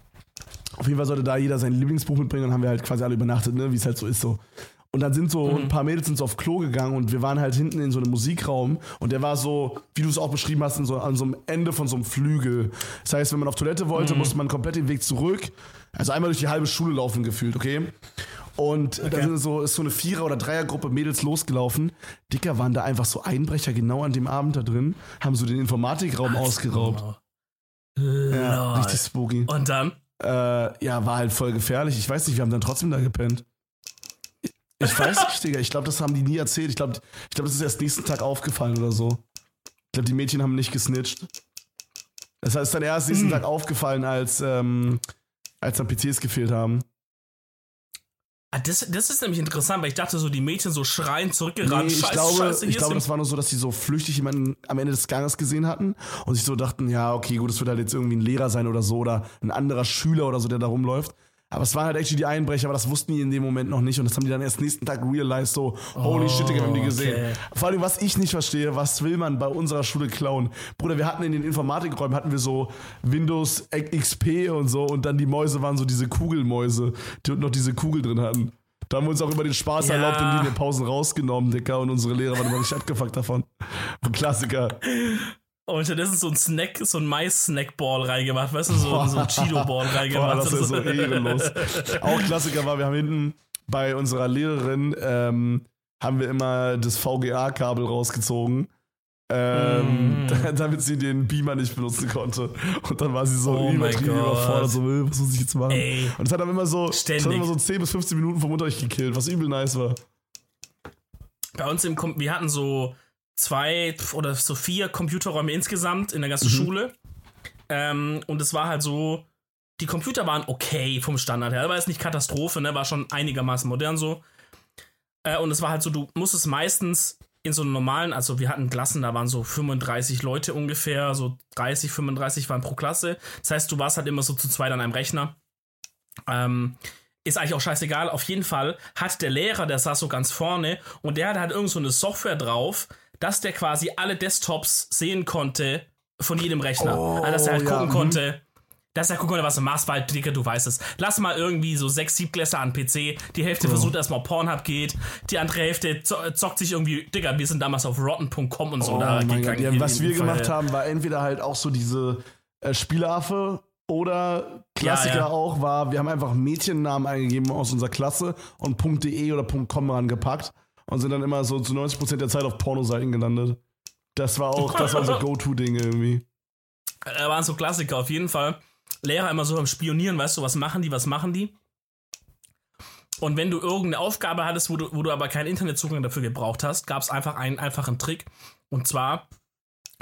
auf jeden Fall sollte da jeder sein Lieblingsbuch mitbringen und haben wir halt quasi alle übernachtet, ne, wie es halt so ist so. Und dann sind so mhm. ein paar Mädels sind so auf Klo gegangen und wir waren halt hinten in so einem Musikraum und der war so, wie du es auch beschrieben hast, in so, an so einem Ende von so einem Flügel. Das heißt, wenn man auf Toilette wollte, mhm. musste man komplett den Weg zurück, also einmal durch die halbe Schule laufen gefühlt, okay? Und okay. da sind so, ist so eine Vierer- oder Dreiergruppe Mädels losgelaufen. Dicker, waren da einfach so Einbrecher genau an dem Abend da drin, haben so den Informatikraum Ach, ausgeraubt. Genau. Ja, richtig spooky. Und dann? Äh, ja, war halt voll gefährlich. Ich weiß nicht, wir haben dann trotzdem da gepennt. Ich weiß nicht, Digga. Ich glaube, das haben die nie erzählt. Ich glaube, ich glaub, das ist erst nächsten Tag aufgefallen oder so. Ich glaube, die Mädchen haben nicht gesnitcht. Das heißt, dann erst nächsten hm. Tag aufgefallen, als, ähm, als dann P Cs gefehlt haben. Ah, das, das ist nämlich interessant, weil ich dachte so, die Mädchen so schreien zurückgerannt. Nee, ich Scheiße, glaube, Scheiße, ich glaube das war nur so, dass die so flüchtig jemanden am Ende des Ganges gesehen hatten und sich so dachten, ja, okay, gut, das wird halt jetzt irgendwie ein Lehrer sein oder so oder ein anderer Schüler oder so, der da rumläuft. Aber es waren halt actually die Einbrecher, aber das wussten die in dem Moment noch nicht und das haben die dann erst nächsten Tag realized, so, holy oh, shit, wir haben die gesehen. Okay. Vor allem, was ich nicht verstehe, was will man bei unserer Schule klauen? Bruder, wir hatten in den Informatikräumen, hatten wir so Windows X P und so und dann die Mäuse waren so diese Kugelmäuse, die noch diese Kugel drin hatten. Da haben wir uns auch über den Spaß ja. erlaubt und die in den Pausen rausgenommen, Dicker, und unsere Lehrer waren immer richtig abgefuckt davon. Ein Klassiker. Und stattdessen so ein Snack, so ein Mais-Snackball reingemacht, weißt du, so, so ein Cheeto-Ball reingemacht. Boah, das ist so ehrenlos. Auch Klassiker war, wir haben hinten bei unserer Lehrerin, ähm, haben wir immer das V G A-Kabel rausgezogen, ähm, mm. damit sie den Beamer nicht benutzen konnte. Und dann war sie so oh übertrieben überfordert, so, was muss ich jetzt machen? Ey, und es hat dann immer so, das hat immer so zehn bis fünfzehn Minuten vom Unterricht gekillt, was übel nice war. Bei uns im, Kom- wir hatten so zwei oder so vier Computerräume insgesamt in der ganzen mhm. Schule. Ähm, und es war halt so, die Computer waren okay vom Standard her. War jetzt nicht Katastrophe, ne? War schon einigermaßen modern so. Äh, und es war halt so, du musstest meistens in so einem normalen, also wir hatten Klassen, da waren so fünfunddreißig Leute ungefähr, so dreißig, fünfunddreißig waren pro Klasse. Das heißt, du warst halt immer so zu zweit an einem Rechner. Ähm, Ist eigentlich auch scheißegal. Auf jeden Fall hat der Lehrer, der saß so ganz vorne und der hatte halt irgend so eine Software drauf, dass der quasi alle Desktops sehen konnte von jedem Rechner. Oh, also, dass er halt ja, gucken mh. konnte, dass er gucken konnte, was du machst, weil, Digga, du weißt es. Lass mal irgendwie so sechs Siebklässler an P C, die Hälfte oh. versucht erstmal Pornhub geht, die andere Hälfte zockt sich irgendwie, Digga, wir sind damals auf rotten punkt com und so. Oh da gegangen. Ja, was wir Fall. gemacht haben, war entweder halt auch so diese äh, Spieleaffe oder Klassiker ja, ja. auch war, wir haben einfach Mädchennamen eingegeben aus unserer Klasse und .de oder .com rangepackt und sind dann immer so zu neunzig Prozent der Zeit auf Pornoseiten gelandet. Das war auch, das war unser Go-To-Ding irgendwie. Da waren so Klassiker, auf jeden Fall. Lehrer immer so am Spionieren, weißt du, was machen die, was machen die? Und wenn du irgendeine Aufgabe hattest, wo du, wo du aber keinen Internetzugang dafür gebraucht hast, gab es einfach einen einfachen Trick. Und zwar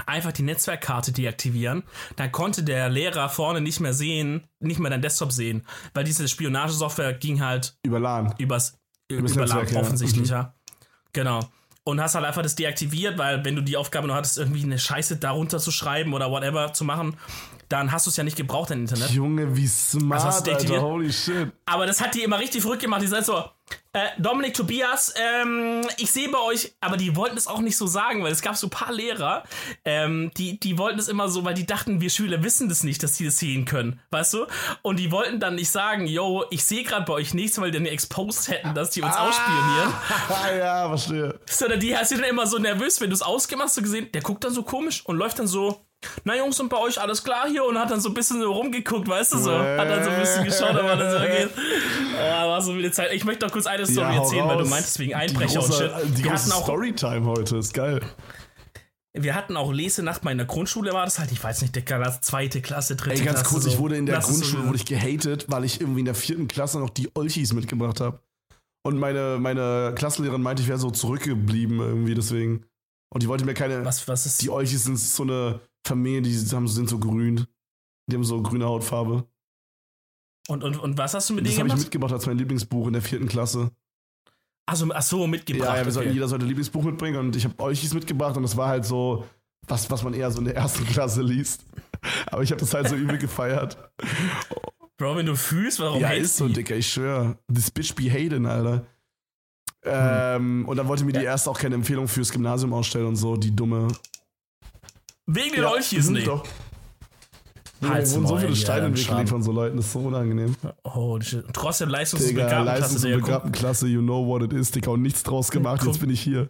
einfach die Netzwerkkarte deaktivieren. Dann konnte der Lehrer vorne nicht mehr sehen, nicht mehr dein Desktop sehen, weil diese Spionagesoftware ging halt über LAN. Übers, Übers über LAN Netzwerk, offensichtlich, ja. ja. Genau. Und hast halt einfach das deaktiviert, weil wenn du die Aufgabe nur hattest, irgendwie eine Scheiße darunter zu schreiben oder whatever zu machen, dann hast du es ja nicht gebraucht, dein Internet. Junge, wie smart, Also Alter, holy shit. Aber das hat die immer richtig verrückt gemacht. Die sind so, äh, Dominik, Tobias, ähm, ich sehe bei euch, aber die wollten es auch nicht so sagen, weil es gab so ein paar Lehrer, ähm, die, die wollten es immer so, weil die dachten, wir Schüler wissen das nicht, dass die das sehen können, weißt du? Und die wollten dann nicht sagen, yo, ich sehe gerade bei euch nichts, weil die dann exposed hätten, dass die uns ah, ausspionieren. Ja, verstehe. Sondern die sind dann immer so nervös, wenn du es ausgemacht hast, so gesehen, der guckt dann so komisch und läuft dann so, na Jungs, und bei euch alles klar hier? Und hat dann so ein bisschen so rumgeguckt, weißt du so? Hat dann so ein bisschen geschaut, aber dann so geht. Oh, war so viele Zeit. Ich möchte noch kurz eine Story ja, erzählen, raus. weil du meintest wegen Einbrecher die große, und Shit. Die wir große hatten auch Storytime heute, ist geil. Wir hatten auch Lesenacht mal in der Grundschule, war das halt, ich weiß nicht, der Klasse, zweite Klasse, dritte Klasse. Ey, ganz kurz, so. ich wurde in der Das Grundschule so wurde ich gehatet, weil ich irgendwie in der vierten Klasse noch die Olchis mitgebracht habe. Und meine, meine Klassenlehrerin meinte, ich wäre so zurückgeblieben irgendwie, deswegen. Und die wollte mir keine. Was, was ist? Die Olchis sind so eine Familie, die haben, sind so grün. Die haben so grüne Hautfarbe. Und, und, und was hast du mit das denen gemacht? Das habe ich gemacht? mitgebracht als mein Lieblingsbuch in der vierten Klasse. Achso, ach so, mitgebracht. Ja, ja wir okay. sollten, jeder sollte ein Lieblingsbuch mitbringen und ich habe Olchis mitgebracht und das war halt so, was, was man eher so in der ersten Klasse liest. Aber ich habe das halt so übel gefeiert. Bro, wenn du fühlst, warum Ja, hatest ist so, die? Dicker, ich schwör. This bitch be hating, Alter. Hm. Ähm, und dann wollte mir die erste auch keine Empfehlung fürs Gymnasium ausstellen und so, die dumme. Wegen den Olchis, mhm, nee. Doch. Halt's Mir wurden so Maul, viele ja, Steine dann im Weg Scham. gelegt von so Leuten, das ist so unangenehm. Holy shit. Trotzdem Digga, Leistungsbegabtenklasse. Leistungsbegabtenklasse, you know what it is, Digga, und nichts draus gemacht, Guck. jetzt bin ich hier.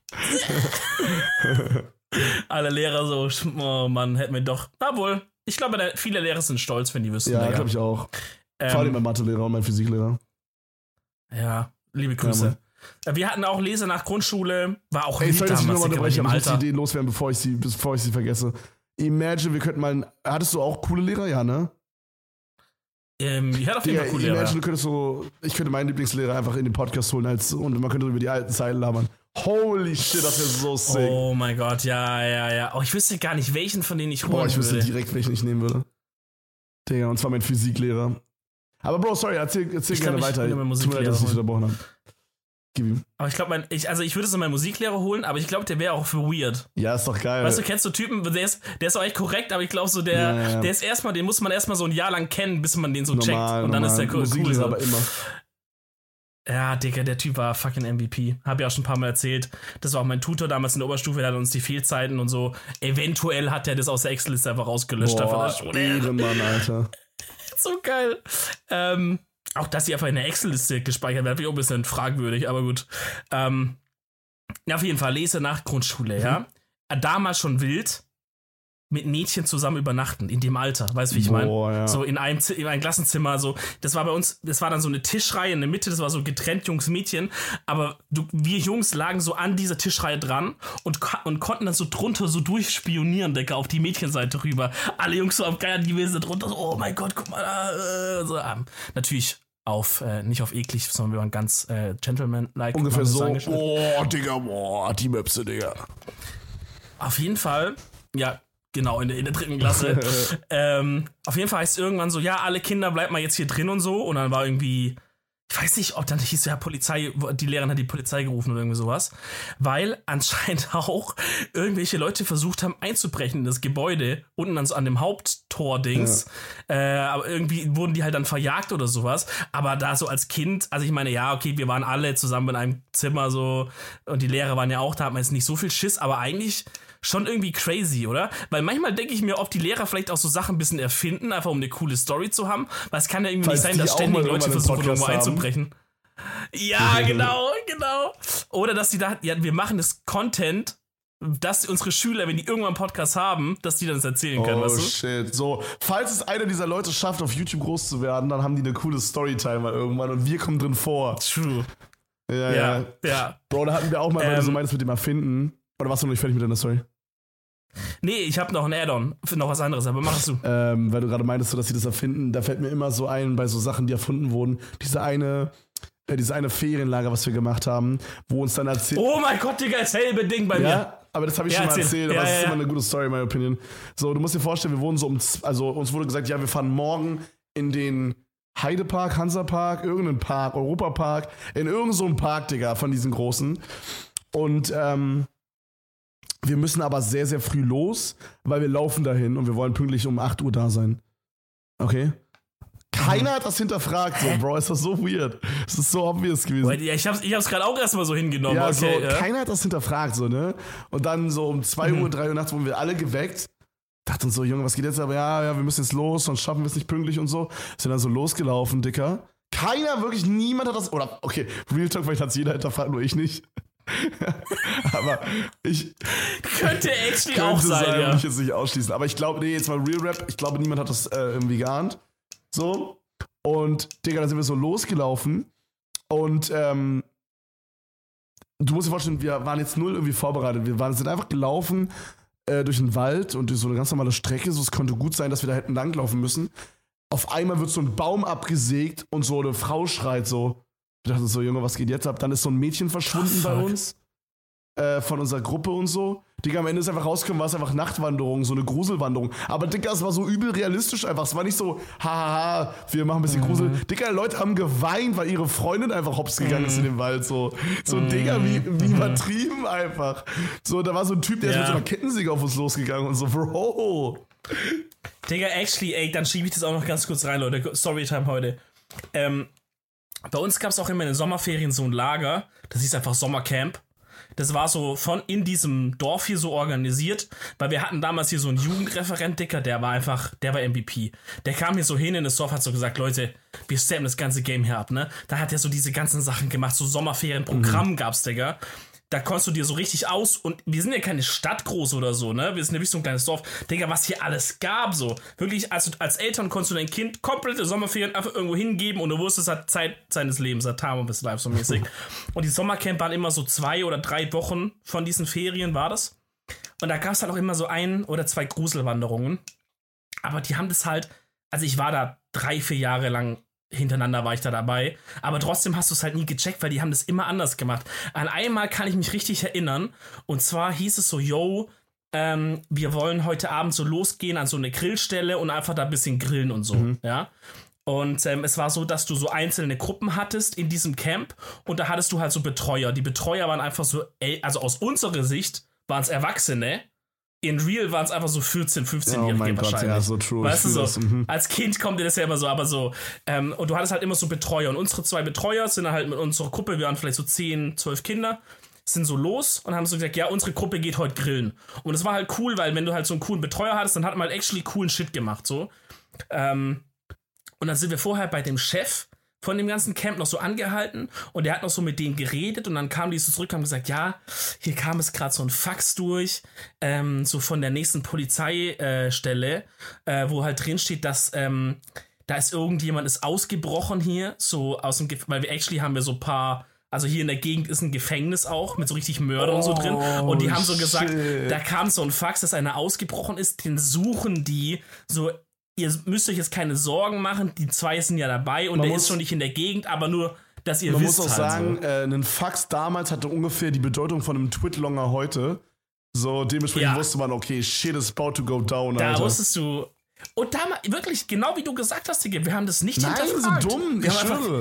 Alle Lehrer so, oh Mann, hätten wir doch. Na wohl, ich glaube, da- viele Lehrer sind stolz, wenn die wüssten. Ja, Digga. glaube ich auch. Ähm, Vor allem mein Mathelehrer und mein Physiklehrer. Ja, liebe Grüße. Ja, wir hatten auch Lese nach Grundschule, war auch Ey, wild sorry, dass ich damals, nochmal Digga, unterbreche, im aber ich muss die Alter. Idee loswerden, bevor ich sie, bevor ich sie vergesse. Imagine, wir könnten mal. Hattest du auch coole Lehrer? Ja, ne? Ähm, ich hatte auf jeden Digga, Fall coole Lehrer. imagine, du könntest so. Ich könnte meinen Lieblingslehrer einfach in den Podcast holen als, und man könnte über die alten Zeiten labern. Holy shit, das wäre so sick. Oh mein Gott, ja, ja, ja. Oh, ich wüsste gar nicht, welchen von denen ich holen Boah, ich wüsste würde. direkt, welchen ich nehmen würde. Digga, und zwar mein Physiklehrer. Aber Bro, sorry, erzähl, erzähl Ich gerne glaub, ich weiter. würde meinen Tut mir leid, dass ich dich Musiklehrer unterbrochen habe. Gib ihm. Aber ich glaube, mein, ich, also ich würde so meinen Musiklehrer holen, aber ich glaube, der wäre auch für weird. Ja, ist doch geil. Weißt du, kennst du Typen, der ist, der ist auch echt korrekt, aber ich glaube so, der, Ja, ja. der ist erstmal, den muss man erstmal so ein Jahr lang kennen, bis man den so checkt. normal, Und dann normal. ist der cool. cool Musiklehrer so. aber immer. Ja, Digga, der Typ war fucking M V P. Hab ja auch schon ein paar Mal erzählt. Das war auch mein Tutor damals in der Oberstufe, der hat uns die Fehlzeiten und so. Eventuell hat er das aus der Excel-Liste einfach rausgelöscht. Boah, Davon ist Ehrenmann, Alter. so geil. Ähm, auch, dass sie einfach in der Excel-Liste gespeichert werden, finde ich auch ein bisschen fragwürdig, aber gut. Ähm, ja, auf jeden Fall, Lese nach Grundschule, ja. Damals schon wild, mit Mädchen zusammen übernachten, in dem Alter, weißt du, wie ich meine? Boah, ja. So in einem, in einem Klassenzimmer, so, das war bei uns, das war dann so eine Tischreihe in der Mitte, das war so getrennt Jungs, Mädchen, aber du, wir Jungs lagen so an dieser Tischreihe dran und, und konnten dann so drunter so durchspionieren, Digga, auf die Mädchenseite rüber. Alle Jungs so am Geiern, die wir sind drunter, so, oh mein Gott, guck mal da, äh, so, ähm, natürlich auf, äh, nicht auf eklig, sondern wir waren ganz äh, Gentleman-like. Ungefähr haben das so. angestellt. Oh, Digga, boah, die Möpse, Digga. Auf jeden Fall, ja, genau, in der, in der dritten Klasse. ähm, auf jeden Fall heißt es irgendwann so, ja, alle Kinder, bleibt mal jetzt hier drin und so. Und dann war irgendwie, ich weiß nicht, ob dann hieß ja Polizei, die Lehrerin hat die Polizei gerufen oder irgendwie sowas. Weil anscheinend auch irgendwelche Leute versucht haben einzubrechen in das Gebäude, unten dann so an dem Haupttor-Dings. Ja. Äh, aber irgendwie wurden die halt dann verjagt oder sowas. Aber da so als Kind, also ich meine, ja, okay, wir waren alle zusammen in einem Zimmer so und die Lehrer waren ja auch, da hat man jetzt nicht so viel Schiss, aber eigentlich schon irgendwie crazy, oder? Weil manchmal denke ich mir, ob die Lehrer vielleicht auch so Sachen ein bisschen erfinden, einfach um eine coole Story zu haben. Weil es kann ja irgendwie Falls nicht sein, die dass auch ständig mal Leute irgendwann einen versuchen, Podcast irgendwo haben. einzubrechen. Ja, genau, genau. Oder dass die da, ja, wir machen das Content, dass unsere Schüler, wenn die irgendwann einen Podcast haben, dass die dann das erzählen können, Oh, weißt du? shit. So, falls es einer dieser Leute schafft, auf YouTube groß zu werden, dann haben die eine coole Storytime mal irgendwann und wir kommen drin vor. True. Ja, Ja, ja. ja. Bro, da hatten wir auch mal, weil Ähm, du so meinst mit dem Erfinden. Oder warst du noch nicht fertig mit deiner Story? Nee, ich habe noch ein Add-on für noch was anderes, aber machst du. Ähm, weil du gerade meintest, so, dass sie das erfinden, da fällt mir immer so ein, bei so Sachen, die erfunden wurden, diese eine, äh, diese eine Ferienlager, was wir gemacht haben, wo uns dann erzählt. Oh mein Gott, Digga, dasselbe Ding bei ja? mir. aber das habe ich Ja, schon mal erzähl. erzählt, aber Ja, das ja, ist ja. immer eine gute Story, in meiner Opinion. So, du musst dir vorstellen, wir wurden so um, z- also uns wurde gesagt, ja, wir fahren morgen in den Heidepark, Hansapark, irgendeinen Park, Europapark, in irgendeinen so einen Park, Digga, von diesen großen. Und ähm, wir müssen aber sehr, sehr früh los, weil wir laufen dahin und wir wollen pünktlich um acht Uhr da sein. Okay? Keiner hat das hinterfragt, so, Bro, ist das so weird. Das ist so obvious gewesen. Ja, ich hab's, ich hab's gerade auch erstmal so hingenommen. Ja, okay, so, ja. keiner hat das hinterfragt, so, ne? Und dann so um zwei Mhm. Uhr, drei Uhr nachts wurden wir alle geweckt. Dachten uns so, Junge, was geht jetzt? Aber ja, ja, wir müssen jetzt los, sonst schaffen wir es nicht pünktlich und so. Sind dann so losgelaufen, Dicker. Keiner, wirklich niemand hat das, oder, okay, Real Talk, vielleicht hat es jeder hinterfragt, nur ich nicht. Aber ich Könnte actually könnte auch sein, sein, ja. will ich jetzt nicht ausschließen. Aber ich glaube, nee, jetzt mal Real Rap, ich glaube, niemand hat das äh, irgendwie geahnt. So. Und, Digga, dann sind wir so losgelaufen. Und, ähm, du musst dir vorstellen, wir waren jetzt null irgendwie vorbereitet. Wir waren, sind einfach gelaufen äh, durch den Wald und durch so eine ganz normale Strecke. So, es konnte gut sein, dass wir da hätten langlaufen müssen. Auf einmal wird so ein Baum abgesägt und so eine Frau schreit so. Ich dachte so, Junge, was geht jetzt ab? Dann ist so ein Mädchen verschwunden Oh, bei fuck. uns. Äh, von unserer Gruppe und so. Digga, am Ende ist einfach rausgekommen, war es einfach Nachtwanderung, so eine Gruselwanderung. Aber Digga, es war so übel realistisch einfach. Es war nicht so, hahaha, wir machen ein bisschen Grusel. Digga, Leute haben geweint, weil ihre Freundin einfach hops gegangen ist in den Wald. So, so Digga, wie, wie übertrieben einfach. So, da war so ein Typ, der ist Ja. mit so einer Kettensäge auf uns losgegangen und so, Bro. Digga, actually, ey, dann schiebe ich das auch noch ganz kurz rein, Leute. Storytime heute. Ähm, bei uns gab es auch immer in den Sommerferien so ein Lager, das hieß einfach Sommercamp. Das war so von in diesem Dorf hier so organisiert, weil wir hatten damals hier so einen Jugendreferent, Dicker, der war einfach, der war M V P. Der kam hier so hin in das Dorf, hat so gesagt, Leute, wir steppen das ganze Game hier ab, ne? Da hat er so diese ganzen Sachen gemacht, so Sommerferienprogramm gab's, Digga. Da konntest du dir so richtig aus, und wir sind ja keine Stadt groß oder so, ne? Wir sind ja wie so ein kleines Dorf. Digga, was hier alles gab, so. Wirklich, als, als Eltern konntest du dein Kind komplette Sommerferien einfach irgendwo hingeben und du wusstest, es hat Zeit seines Lebens, hat Time of his life, so mäßig. Und die Sommercamp waren immer so zwei oder drei Wochen von diesen Ferien, war das. Und da gab es halt auch immer so ein oder zwei Gruselwanderungen. Aber die haben das halt, also ich war da drei, vier Jahre lang hintereinander war ich da dabei, aber trotzdem hast du es halt nie gecheckt, weil die haben das immer anders gemacht. An einmal kann ich mich richtig erinnern, und zwar hieß es so, yo, ähm, wir wollen heute Abend so losgehen an so eine Grillstelle und einfach da ein bisschen grillen und so, Mhm. ja. Und ähm, es war so, dass du so einzelne Gruppen hattest in diesem Camp, und da hattest du halt so Betreuer. Die Betreuer waren einfach so, ey, also aus unserer Sicht waren es Erwachsene. In Real waren es einfach so vierzehn-, fünfzehnjährige Oh mein Gott, wahrscheinlich. ja, so true. Weißt du Ich so, fühl das, mhm. als Kind kommt dir das ja immer so, aber so, ähm, und du hattest halt immer so Betreuer, und unsere zwei Betreuer sind dann halt mit unserer Gruppe, wir waren vielleicht so zehn, zwölf Kinder, sind so los und haben so gesagt, ja, unsere Gruppe geht heute grillen. Und es war halt cool, weil wenn du halt so einen coolen Betreuer hattest, dann hat man halt actually coolen Shit gemacht, so. Ähm, und dann sind wir vorher bei dem Chef von dem ganzen Camp noch so angehalten, und der hat noch so mit denen geredet, und dann kamen die so zurück und haben gesagt, ja, hier kam es gerade so ein Fax durch, ähm, so von der nächsten Polizeistelle, äh, wo halt drin steht, dass ähm, da ist irgendjemand ist ausgebrochen hier, so aus dem, Ge- weil wir actually haben wir so ein paar, also hier in der Gegend ist ein Gefängnis auch, mit so richtig Mörder und so drin, und die haben so gesagt, shit. da kam so ein Fax, dass einer ausgebrochen ist, den suchen die so. Ihr müsst euch jetzt keine Sorgen machen, die zwei sind ja dabei, und Man der muss- ist schon nicht in der Gegend, aber nur, dass ihr Man wisst muss auch halt sagen, so. äh, ein Fax damals hatte ungefähr die Bedeutung von einem Twitlonger heute. So, dementsprechend Ja. wusste man, okay, shit is about to go down, Da Alter. wusstest du, und da mal, wirklich, genau wie du gesagt hast, Digga, wir haben das nicht Nein, hinterfragt. so dumm, Wir ich haben einfach, schwöre.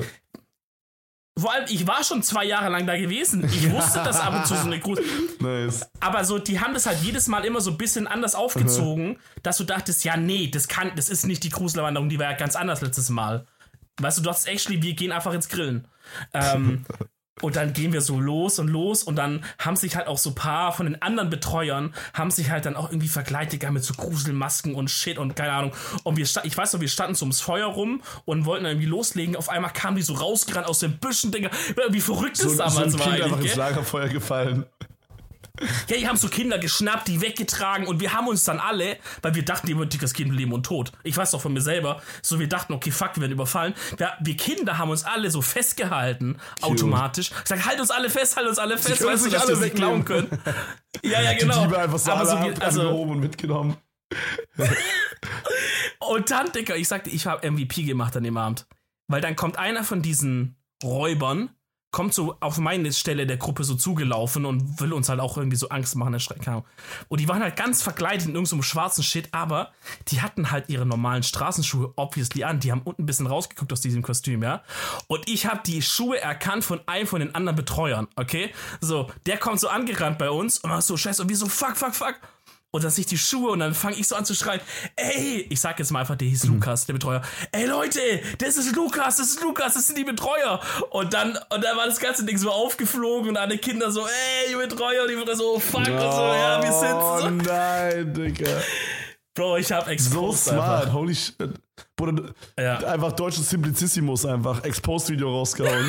vor allem, ich war schon zwei Jahre lang da gewesen, ich wusste das ab und zu so eine Grusel. Nice. Aber so, die haben das halt jedes Mal immer so ein bisschen anders aufgezogen, dass du dachtest, ja, nee, das kann, das ist nicht die Gruselwanderung, die war ja ganz anders letztes Mal. Weißt du, du dachtest, actually, wir gehen einfach ins Grillen. Ähm, und dann gehen wir so los und los, und dann haben sich halt auch so ein paar von den anderen Betreuern, haben sich halt dann auch irgendwie verkleidet, gar mit so Gruselmasken und Shit und keine Ahnung. Und wir sta- ich weiß noch, wir standen so ums Feuer rum und wollten dann irgendwie loslegen. Auf einmal kamen die so rausgerannt aus den Büschen, Digga. Wie verrückt So, das so ein damals war Kind einfach eigentlich, ins gell? Lagerfeuer gefallen. Ja, die haben so Kinder geschnappt, die weggetragen, und wir haben uns dann alle, weil wir dachten, die wird das Kind leben und tot. Ich weiß doch von mir selber, so wir dachten, okay, fuck, wir werden überfallen. Wir, wir Kinder haben uns alle so festgehalten, automatisch. Ich sag, halt uns alle fest, halt uns alle fest, können weißt du, sich dass alle wir sie klauen können. wegnehmen. Ja, ja, genau. Die Diebe einfach so Aber alle so ab, wie, also, angehoben und mitgenommen. und dann, Dicker, ich sagte, ich habe M V P gemacht an dem Abend. Weil dann kommt einer von diesen Räubern, kommt so auf meine Stelle der Gruppe so zugelaufen und will uns halt auch irgendwie so Angst machen, erschrecken. Und die waren halt ganz verkleidet in irgendeinem schwarzen Shit, aber die hatten halt ihre normalen Straßenschuhe obviously an. Die haben unten ein bisschen rausgeguckt aus diesem Kostüm, ja. Und ich habe die Schuhe erkannt von einem von den anderen Betreuern, okay? So, der kommt so angerannt bei uns und macht so scheiße und wir so fuck, fuck, fuck. Und dann sehe ich die Schuhe und dann fange ich so an zu schreien, ey, ich sag jetzt mal einfach, der hieß mhm. Lukas, der Betreuer. Ey Leute, das ist Lukas, das ist Lukas, das sind die Betreuer. Und dann, und dann war das ganze Ding so aufgeflogen und alle Kinder so, ey, die Betreuer, und die Betreuer so, fuck, oh, und so, ja, wir sind so. Oh nein, Digga. Bro, ich hab exposed. So smart, einfach. Holy shit. Bruder, ja. Einfach deutsches Simplicissimus einfach, Exposed-Video rausgehauen.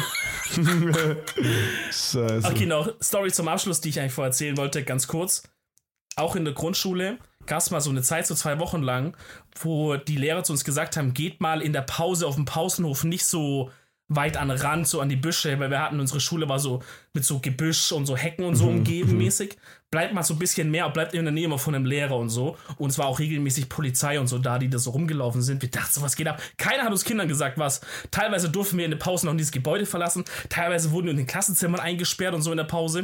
Scheiße. Okay, noch Story zum Abschluss, die ich eigentlich vorher erzählen wollte, ganz kurz. Auch in der Grundschule gab es mal so eine Zeit, so zwei Wochen lang, wo die Lehrer zu uns gesagt haben, geht mal in der Pause auf dem Pausenhof nicht so weit an den Rand, so an die Büsche, weil wir hatten, unsere Schule war so mit so Gebüsch und so Hecken und so mhm, umgeben mhm. mäßig. Bleibt mal so ein bisschen mehr, bleibt in der Nähe mal von einem Lehrer und so. Und es war auch regelmäßig Polizei und so da, die da so rumgelaufen sind. Wir dachten so, was geht ab? Keiner hat uns Kindern gesagt, was. Teilweise durften wir in der Pause noch dieses Gebäude verlassen. Teilweise wurden wir in den Klassenzimmern eingesperrt und so in der Pause.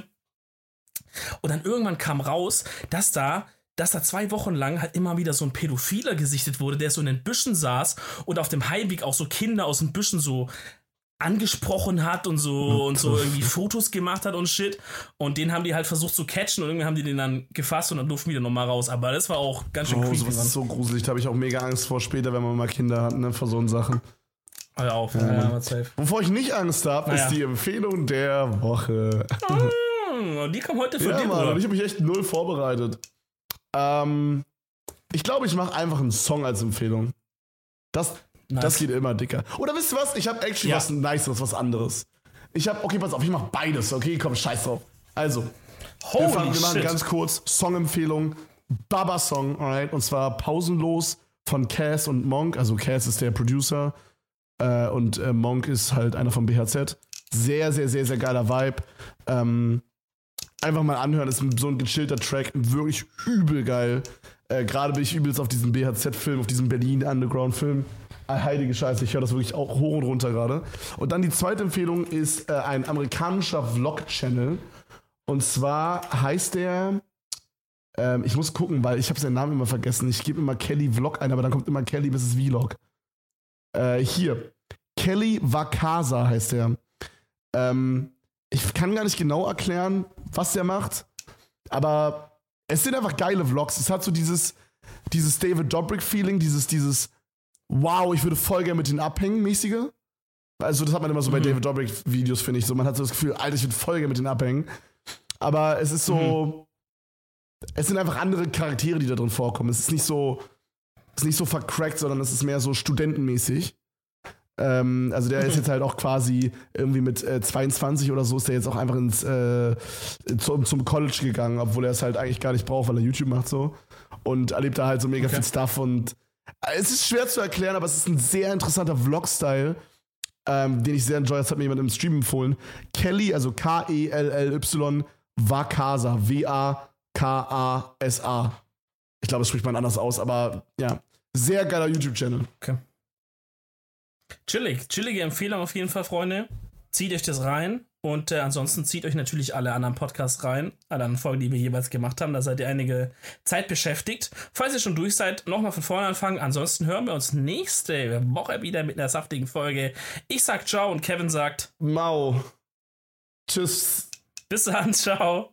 Und dann irgendwann kam raus, dass da, dass da zwei Wochen lang halt immer wieder so ein Pädophiler gesichtet wurde, der so in den Büschen saß und auf dem Heimweg auch so Kinder aus den Büschen so angesprochen hat und so und so irgendwie Fotos gemacht hat und shit. Und den haben die halt versucht zu catchen und irgendwie haben die den dann gefasst und dann durften wir nochmal raus. Aber das war auch ganz schön oh, creepy. Das ist so gruselig, da habe ich auch mega Angst vor später, wenn man mal Kinder hat, ne, vor so Sachen. Hör auf, ja, ja, ja, safe. Wovor ich nicht Angst habe, naja. ist die Empfehlung der Woche. Oh, die kommt heute von ja, dir, Mann, oder? Ich habe mich echt null vorbereitet. Ähm, ich glaube, ich mache einfach einen Song als Empfehlung. Das, nice. Das geht immer dicker. Oder wisst ihr was? Ich habe actually ja. was Niceres, was anderes. Ich habe, okay, pass auf, ich mache beides, okay? Komm, scheiß drauf. Also, Holy wir, fangen, wir machen shit. ganz kurz Song-Empfehlung. Baba-Song, alright? Und zwar Pausenlos von Cass und Monk. Also Cass ist der Producer äh, und äh, Monk ist halt einer vom B H Z. Sehr, sehr, sehr, sehr geiler Vibe. Ähm, einfach mal anhören, ist so ein gechillter Track, wirklich übel geil. Äh, Gerade bin ich übelst auf diesen B H Z-Film, auf diesen Berlin-Underground-Film. Heilige Scheiße, ich höre das wirklich auch hoch und runter gerade. Und dann die zweite Empfehlung ist äh, ein amerikanischer Vlog-Channel. Und zwar heißt der, ähm, ich muss gucken, weil ich habe seinen Namen immer vergessen. Ich gebe immer Kelly Vlog ein, aber dann kommt immer Kelly Misses Vlog. Äh, hier, Kelly Vakasa heißt der. Ähm, ich kann gar nicht genau erklären, was der macht, aber es sind einfach geile Vlogs. Es hat so dieses, dieses David Dobrik-Feeling, dieses, dieses wow, ich würde voll gerne mit denen abhängen, mäßige. Also das hat man immer so mhm. bei David Dobrik-Videos, finde ich. So, man hat so das Gefühl, Alter, ich würde voll gerne mit denen abhängen. Aber es ist so, mhm. es sind einfach andere Charaktere, die da drin vorkommen. Es ist nicht so, es ist nicht so vercrackt, sondern es ist mehr so studentenmäßig. Ähm, also der mhm. ist jetzt halt auch quasi irgendwie mit äh, zweiundzwanzig oder so ist der jetzt auch einfach ins äh, zum, zum College gegangen, obwohl er es halt eigentlich gar nicht braucht, weil er YouTube macht so. Und erlebt da halt so mega okay. viel Stuff und es ist schwer zu erklären, aber es ist ein sehr interessanter Vlog-Style, ähm, den ich sehr enjoy. Das hat mir jemand im Stream empfohlen. Kelly, also K E L L Y, Vakasa, W A K A S A. Ich glaube, das spricht man anders aus, aber ja, sehr geiler YouTube-Channel. Okay. Chillig, chillige Empfehlung auf jeden Fall, Freunde. Zieht euch das rein und äh, ansonsten zieht euch natürlich alle anderen Podcasts rein, alle anderen Folgen, die wir jeweils gemacht haben. Da seid ihr einige Zeit beschäftigt. Falls ihr schon durch seid, nochmal von vorne anfangen. Ansonsten hören wir uns nächste Woche wieder mit einer saftigen Folge. Ich sag ciao und Kevin sagt Mau. Tschüss. Bis dann, ciao.